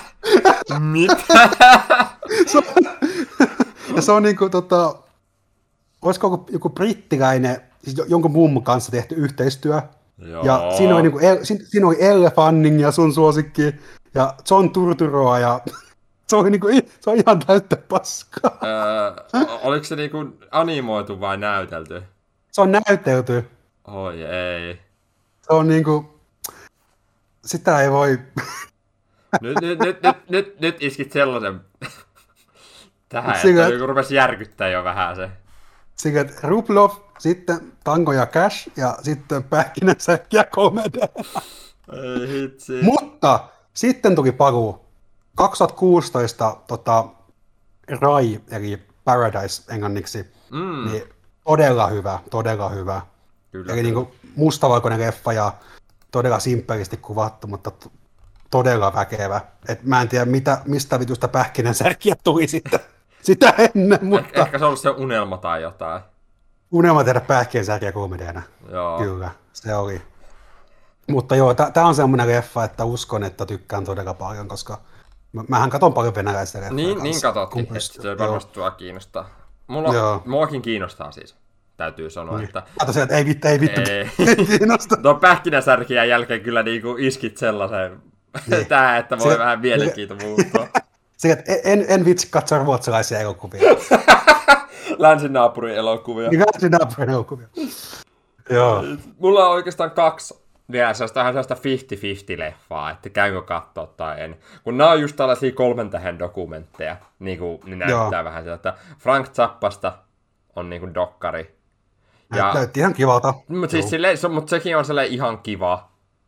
Ja se on niinku olisiko joku brittiläinen, siis jonkun muun kanssa tehty yhteistyö. Joo. Ja siinä oli Elle Fanning ja sun suosikki, ja John Turturroa, ja se on ihan täyttä paskaa. Oliko se niinku animoitu vai näytelty? Se on näytelty. Oi ei. Se on niinku, sitä ei voi. Nyt iskit sellaisen tähän, että joku rupesi järkyttää jo vähän se. Sillä Rublov, sitten Tango ja Cash ja sitten Pähkinänsärkiä 3D. Ei hitsi. Mutta sitten tuli paluu 2016 Rai, eli Paradise englanniksi, niin todella hyvä. Kyllä, eli niinku mustavalkoinen leffa ja todella simppelisti kuvattu, mutta todella väkevä. Et mä en tiedä, mistä vitusta Pähkinänsärkiä tuli sitä ennen, mutta... Ehkä se on ollut se unelma tai jotain. Unelma tehdä Pähkinänsärkiä 3D:nä. Joo. Kyllä, se oli. Mutta joo, tää on semmoinen leffa, että uskon, että tykkään todella paljon, koska mähän katon paljon venäläistä leffoja niin katsottiin, että se varmasti tuo kiinnostaa. Muakin kiinnostaa siis, täytyy sanoa, niin. että... Kato sieltä, ei vittu kiinnosta. Tuon Pähkinänsärkien jälkeen kyllä niinku iskit sellaisen niin. Tää, että voi vähän mielenkiinto muuttua. En vitsi katsoa ruotsalaisia elokuvia. Länsinaapurin elokuvia. Länsinaapurin elokuvia. Joo. Mulla on oikeastaan kaksi vielä sellaista 50-50 leffaa, että käykö katsoa tai en. Kun nämä on just tällaisia 3 tähden dokumentteja, niin kuin ne näyttää vähän sieltä, että Frank Zappasta on niin kuin dokkari. Näytti ihan kivalta. Mutta sekin on sellainen ihan kiva.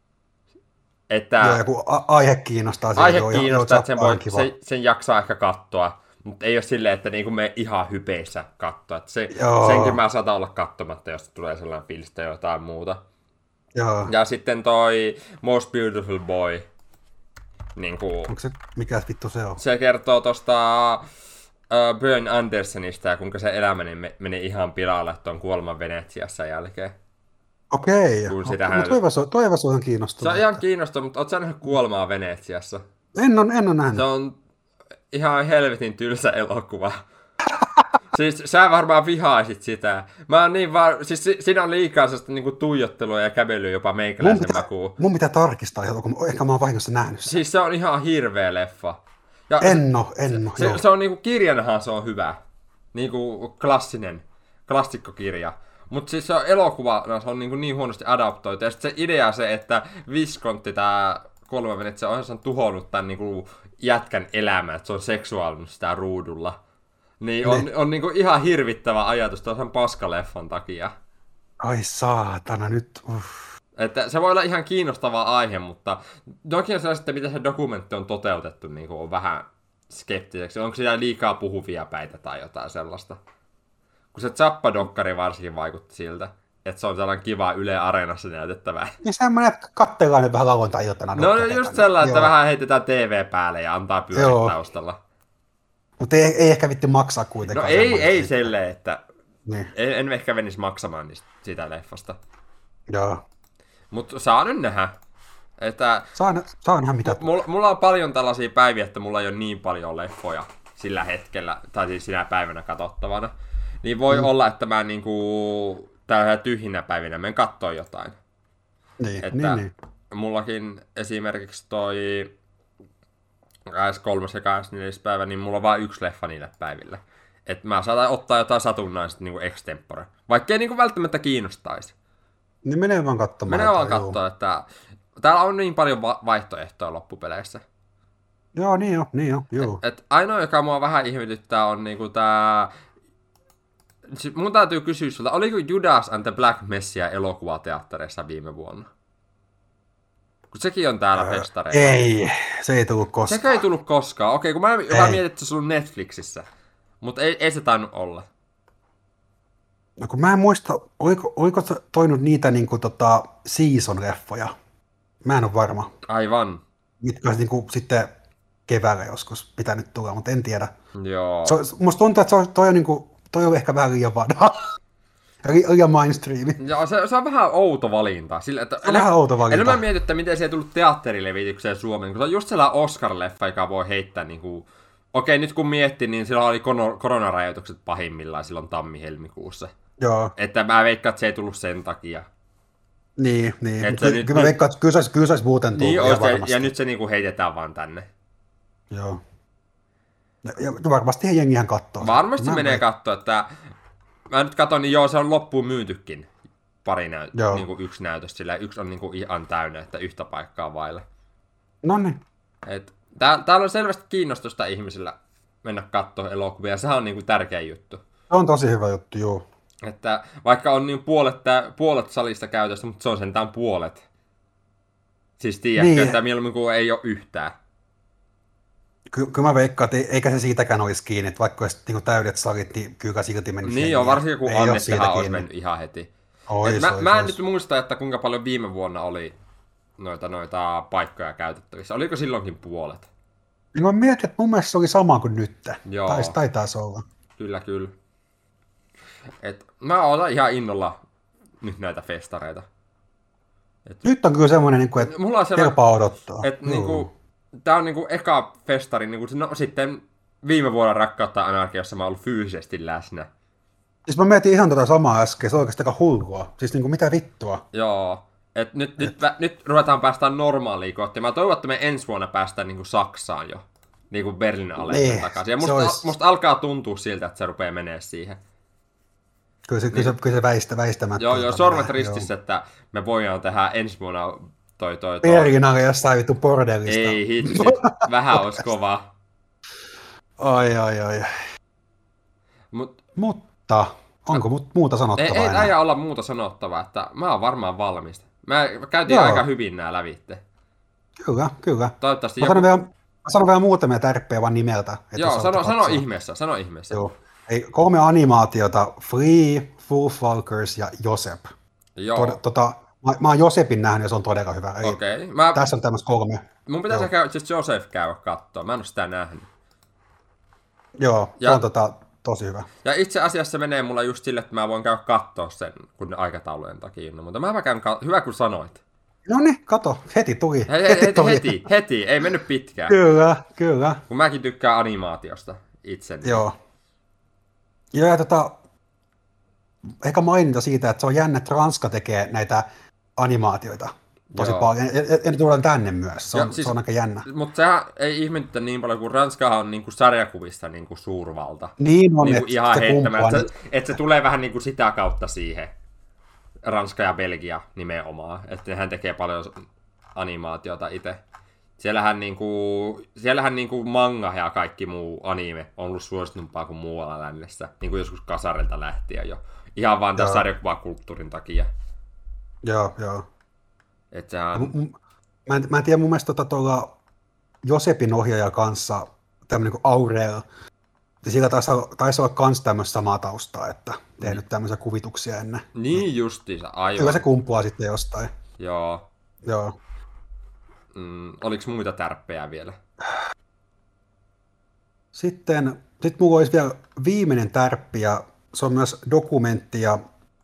Että joo, kun aihe kiinnostaa. Että sen jaksaa ehkä katsoa. Mutta ei ole silleen, että niinku me ihan hypeissä katsoa. Senkin mä saatan olla katsomatta, jos tulee sellainen fiilis tai jotain muuta. Joo. Ja sitten toi Most Beautiful Boy. Niinku, onko se, mikä vittu se on? Se kertoo tosta Björn Andersenista ja kuinka se elämä meni ihan pilalle tuon kuoleman Venetsiassa jälkeen. Okei. Toivossa on kiinnostunut. Se on ihan kiinnostunut, mutta ootko sä nähnyt Kuolemaa Venetsiassa? En ole nähnyt. Se on ihan helvetin tylsä elokuva. Siis sä varmaan vihaisit sitä. Mä oon niin siis siinä on liikaa sellaista niinku tuijottelua ja kävelyä jopa meikäläisen makuun. Mun pitää tarkistaa, ehkä mä oon vahingossa nähnyt sen. Siis se on ihan hirveä leffa. Ja en oo. Se on niinku kirjanahan se on hyvä. Niinku klassikkokirja. Mutta siis se on elokuvana, se on niin huonosti adaptoitu. Ja sitten se idea se, että Visconti, tää kolme venettä, se on tuhonnut tän niinku jätkän elämän, että se on seksuaalinen sitä ruudulla. Niin on niinku ihan hirvittävä ajatus tuollaisen paskaleffan takia. Ai saatana, nyt. Että se voi olla ihan kiinnostava aihe, mutta toki on sellaiset, että miten se dokumentti on toteutettu, niin on vähän skeptiseksi. Onko siellä liikaa puhuvia päitä tai jotain sellaista? Kun se Zappa-dokkari varsinkin vaikutti siltä, että se on sellainen kiva Yle Areenassa näytettävää. Niin semmoinen, että katsellaan nyt vähän lauantai-iltana. No just sellainen, että vähän heitetään TV päälle ja antaa pyörät taustalla. Mutta ei ehkä vitti maksaa kuitenkaan. No ei silleen, että niin. En ehkä menisi maksamaan siitä leffasta. Joo. Mutta saa nyt nähdä. Että saa nähdä mitä. Mulla on paljon tällaisia päiviä, että mulla ei ole niin paljon leffoja sillä hetkellä, tai siis sinä päivänä katsottavana. Niin voi olla, että mä niinku tällä tyhjinä päivinä menen kattoo jotain. Niin, että niin. Mullakin esimerkiksi toi 3. ja 24. päivä, niin mulla on vain yksi leffa niille päiville. Että mä saatan ottaa jotain satunnaista niinku extempore. Vaikkei niinku välttämättä kiinnostaisi. Niin menee vaan katsomaan. Menee vaan katsoa, että täällä on niin paljon vaihtoehtoja loppupeleissä. Joo, niin joo. Et ainoa, joka mua vähän ihmetyttää, on niinku tää... Mun täytyy kysyä sulta, oliko Judas and the Black Messiah elokuvateattereissa viime vuonna? Kun sekin on täällä festareilla. Ei, se ei tullut koskaan. Sekä ei tullut koskaan. Okei, kun mä mietin, että se on Netflixissä. Mutta ei se tainnut olla. No kun mä en muista, oliko se toinut niitä niinku season-leffoja? Mä en ole varma. Aivan. Mitkä olisi niinku sitten keväällä joskus pitänyt tulla, mutta en tiedä. Joo. Musta tuntuu, että toi on ehkä vähän liian vanha. Liian mainstreami. Joo, se on vähän outo valinta. Sillä, että vähän outo valinta. Enemmän mietin, että miten se ei tullut teatterilevitykseen Suomeen, kun se on just sellainen Oscar-leffa, joka voi heittää niinku... Okei, nyt kun miettii, niin silloin oli koronarajoitukset pahimmillaan silloin tammi-helmikuussa. Joo. Että mä veikkaan, että se ei tullut sen takia. Niin. Kyllä mä veikkaan, että kyllä se olisi muuten tullut niin, ihan varmasti. Ja nyt se niinku heitetään vaan tänne. Joo. Ja varmasti jengihän katsoo. Varmasti menee katsoa, että... Mä nyt katson, niin joo, se on loppuun myytykin. Niinku yksi näytös, sillä yksi on niinku ihan täynnä, että yhtä paikkaa vailla. Noniin. Täällä on selvästi kiinnostusta ihmisillä mennä katsoa elokuvia, ja sehän on niinku tärkeä juttu. Se on tosi hyvä juttu, joo. Että vaikka on niin puolet salista käytössä, mutta se on sentään puolet. Siis tiedätkö, niin. Että mieluummin kuin ei ole yhtään. Kyllä mä veikkaan, että eikä se siitäkään olisi kiinni, että vaikka olisi niin täydet salit, niin kyllä silti menisi. Niin joo, varsinkin kun Annettehan olisi mennyt ihan heti. Mä en nyt muista, että kuinka paljon viime vuonna oli noita paikkoja käytettävissä. Oliko silloinkin puolet? Niin mä mietin, että mun mielestä se oli sama kuin nyt. Joo. Taitaisi olla. Kyllä. Mä otan ihan innolla nyt näitä festareita. Nyt on kyllä semmoinen, että helpaa odottaa. Tää on niinku eka festari, niinku, no sitten viime vuonna Rakkautta Anarkiassa mä oon ollut fyysisesti läsnä. Siis mä mietin ihan samaa äsken, se on oikeasti aika hullua. Siis niinku mitä vittua. Joo. Nyt ruvetaan päästään normaaliin kohti. Mä toivon, että me ensi vuonna päästään niinku Saksaan jo. Niinku Berliinin alemmin takaisin. Ja musta alkaa tuntua siltä, että se rupeaa menee siihen. Kyllä se väistämättä. Joo, sormet ristissä, että me voidaan tehdä ensi vuonna toi. Berliinalle jossain vittu bordellista. Ei hitsi, vähän olisi kova. Ai. Mutta, onko muuta sanottavaa ei olla muuta sanottavaa, että mä oon varmaan valmista. Mä käytiin aika hyvin nää lävitte. Kyllä. Toivottavasti mä sanon vielä muutamia tärppejä vaan nimeltä. Joo, sano ihmeessä. Joo. 3 animaatiota, Free, Full Falkers ja Josep. Joo. Mä oon Josepin nähnyt ja se on todella hyvä. Okei. Tässä on tämmöistä 3. Mun pitäisi siis Joseph käydä katsoa, mä en oo sitä nähnyt. Joo, se on tosi hyvä. Ja itse asiassa se menee mulla just sille, että mä voin käydä katsoa sen, kun aikataulujen takia. Mutta mä käyn hyvä kun sanoit. No niin, kato, heti tuli. Heti, ei mennyt pitkään. Kyllä. Kun mäkin tykkään animaatiosta itseni. Joo. Ja ehkä maininta siitä, että se on jännä, että Ranska tekee näitä animaatioita. tosi Joo. paljon. Ja ne tulee tänne myös, Ja siis, se on aika jännä. mutta sehän ei ihmetytä niin paljon, kun Ranskahan on niinku sarjakuvista niinku suurvalta. Niin on, Niinku että ihan se heittämään, kumppaa. että se tulee vähän niinku sitä kautta siihen. Ranska ja Belgia nimenomaan, että nehän tekee paljon animaatiota itse. Siellähän niinku manga ja kaikki muu anime on ollut suositumpaa kuin muualla lännessä, niin kuin joskus kasarilta lähtien jo. Ihan vaan tämän sarjakuvakulttuurin takia. Joo. Et sehän... Mä en tiedä, mun mielestä tuolla Josepin ohjaajan kanssa tämmöinen kuin Aurel, ja sillä taisi olla kans tämmöistä samaa taustaa, että tehnyt tämmöisiä kuvituksia ennen. Niin justiinsa, aivan. Kyllä se kumpuaa sitten jostain. Joo. Joo. Oliko muita tärppejä vielä? Sitten mulla olisi vielä viimeinen tärppi, ja se on myös dokumentti, ja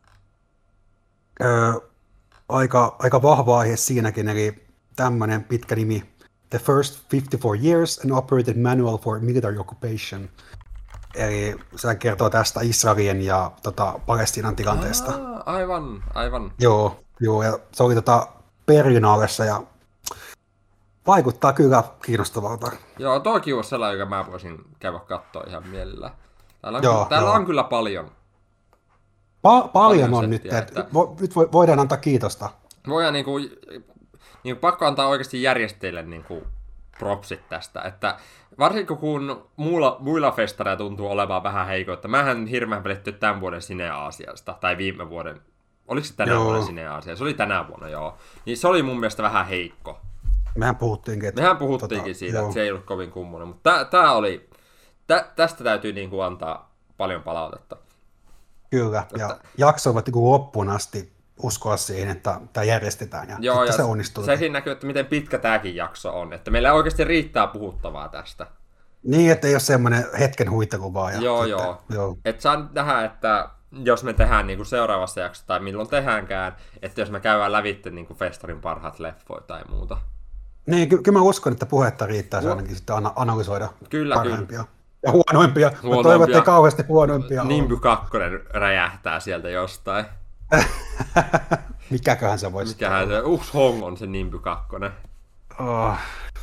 aika vahva aihe siinäkin, eli tämmöinen pitkä nimi, The First 54 Years, an Operated Manual for Military Occupation. Eli se kertoo tästä Israelin ja Palestiinan tilanteesta. Aivan. Joo, ja se oli Berlinaalessa, ja vaikuttaa kyllä kiinnostavalta. Joo, toki on sellainen, joka mä voisin käydä katsoa ihan mielellä. Täällä on kyllä paljon. Paljon on nyt, että... nyt voidaan antaa kiitosta. Voidaan niinku pakko antaa oikeasti järjestäjille niinku propsit tästä, että varsinkin kun muilla festareilla tuntuu olevan vähän heikko, että mähän hirveän peletty tämän vuoden Cine-Aasiasta, tai viime vuoden, oliko se tänä vuonna Cine-Aasia? Se oli tänä vuonna, joo. Niin se oli mun mielestä vähän heikko. Mehän puhuttiinkin siitä, että se ei ollut kovin kummonen, mutta tää oli, tästä täytyy niinku antaa paljon palautetta. Kyllä, ja jaksoivat niin loppuun asti uskoa siihen, että tämä järjestetään, ja joo, ja se onnistuu. Sekin näkyy, että miten pitkä tämäkin jakso on, että meillä oikeasti riittää puhuttavaa tästä. Niin, että ei ole semmoinen hetken huittelu vaan. Joo. Että saa nähdä, että jos me tehdään niinku seuraavassa jaksossa, tai milloin tehdäänkään, että jos me käydään lävitte niinku festarin parhaat leffoja tai muuta. Niin, kyllä mä uskon, että puhetta riittää ainakin sitten analysoida parhaimpia. Kyllä. Ja huonoimpia. Mä toivon, että ei kauheasti huonoimpia Nimby 2 räjähtää sieltä jostain. Mikäköhän se voisi se? Hong on se Nimby 2. Oh.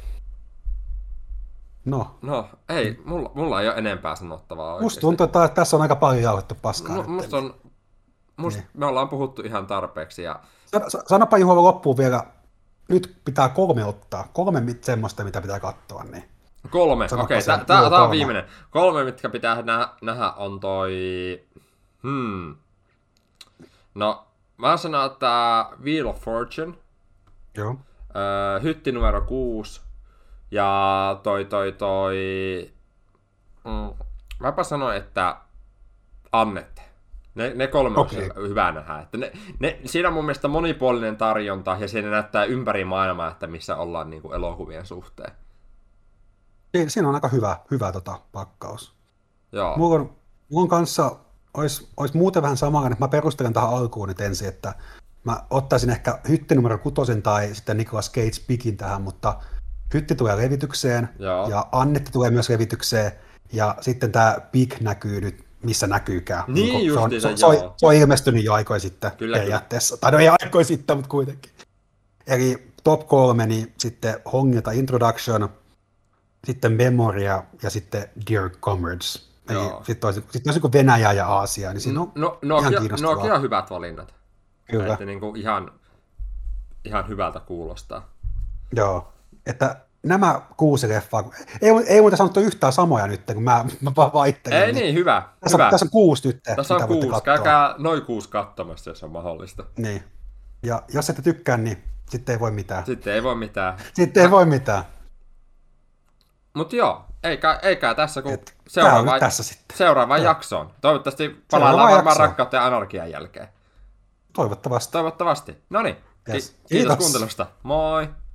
No, ei, mulla ei ole enempää sanottavaa oikeasti. Musta tuntuu, että tässä on aika paljon jauhettu paskaa. Me ollaan puhuttu ihan tarpeeksi. Ja... Sanopa Juho loppuun vielä, nyt pitää 3 ottaa. 3 semmoista, mitä pitää katsoa. Niin. 3, okei. Tää on viimeinen. 3, mitkä pitää nähdä, on toi... No, mä sanon, että Wheel of Fortune. Joo. Hytti numero 6. Ja mäpä sanoin, että Annette. Ne 3 on hyvä nähdä. Että siinä on mun mielestä monipuolinen tarjonta, ja siinä näyttää ympäri maailmaa, että missä ollaan niin kuin elokuvien suhteen. Siinä on aika hyvä pakkaus. Joo. Mulla on kanssa, olisi muuten vähän samalla, että mä perustelen tähän alkuun nyt ensin, että mä ottaisin ehkä Hytti numero 6 tai sitten Nicolas Cage Pigin tähän, mutta Hytti tulee levitykseen, ja Annette tulee myös levitykseen, ja sitten tämä Pig näkyy nyt, missä näkyykään. Niin se on ilmestynyt jo aikoja sitten periaatteessa. Tai no ei aikoja sitten, mutta kuitenkin. Eli top 3, niin sitten Hongilta Introduction, sitten Memoria ja sitten Dear Comrades. Eli sitten olisi kuin Venäjä ja Aasia, niin siinä on ihan kiinnostavaa. No on hyvät valinnat. Kyllä. Että niin kuin ihan hyvältä kuulostaa. Joo, että nämä 6 leffaa, ei muuten sanottu yhtään samoja nyt, kun mä vaan vaihtelin. Ei niin, hyvä. Tässä on 6 nyt. Tässä on 6, käykää noin 6 katsomassa, jos on mahdollista. Niin, ja jos ette tykkää, niin sitten ei voi mitään. Sitten ei voi mitään. Mut joo, eikä tässä kun seuraavaan jaksoon. Toivottavasti palaillaan varmaan Rakkautta ja Anarkian jälkeen. Toivottavasti. Noniin, kiitos kuuntelusta. Moi!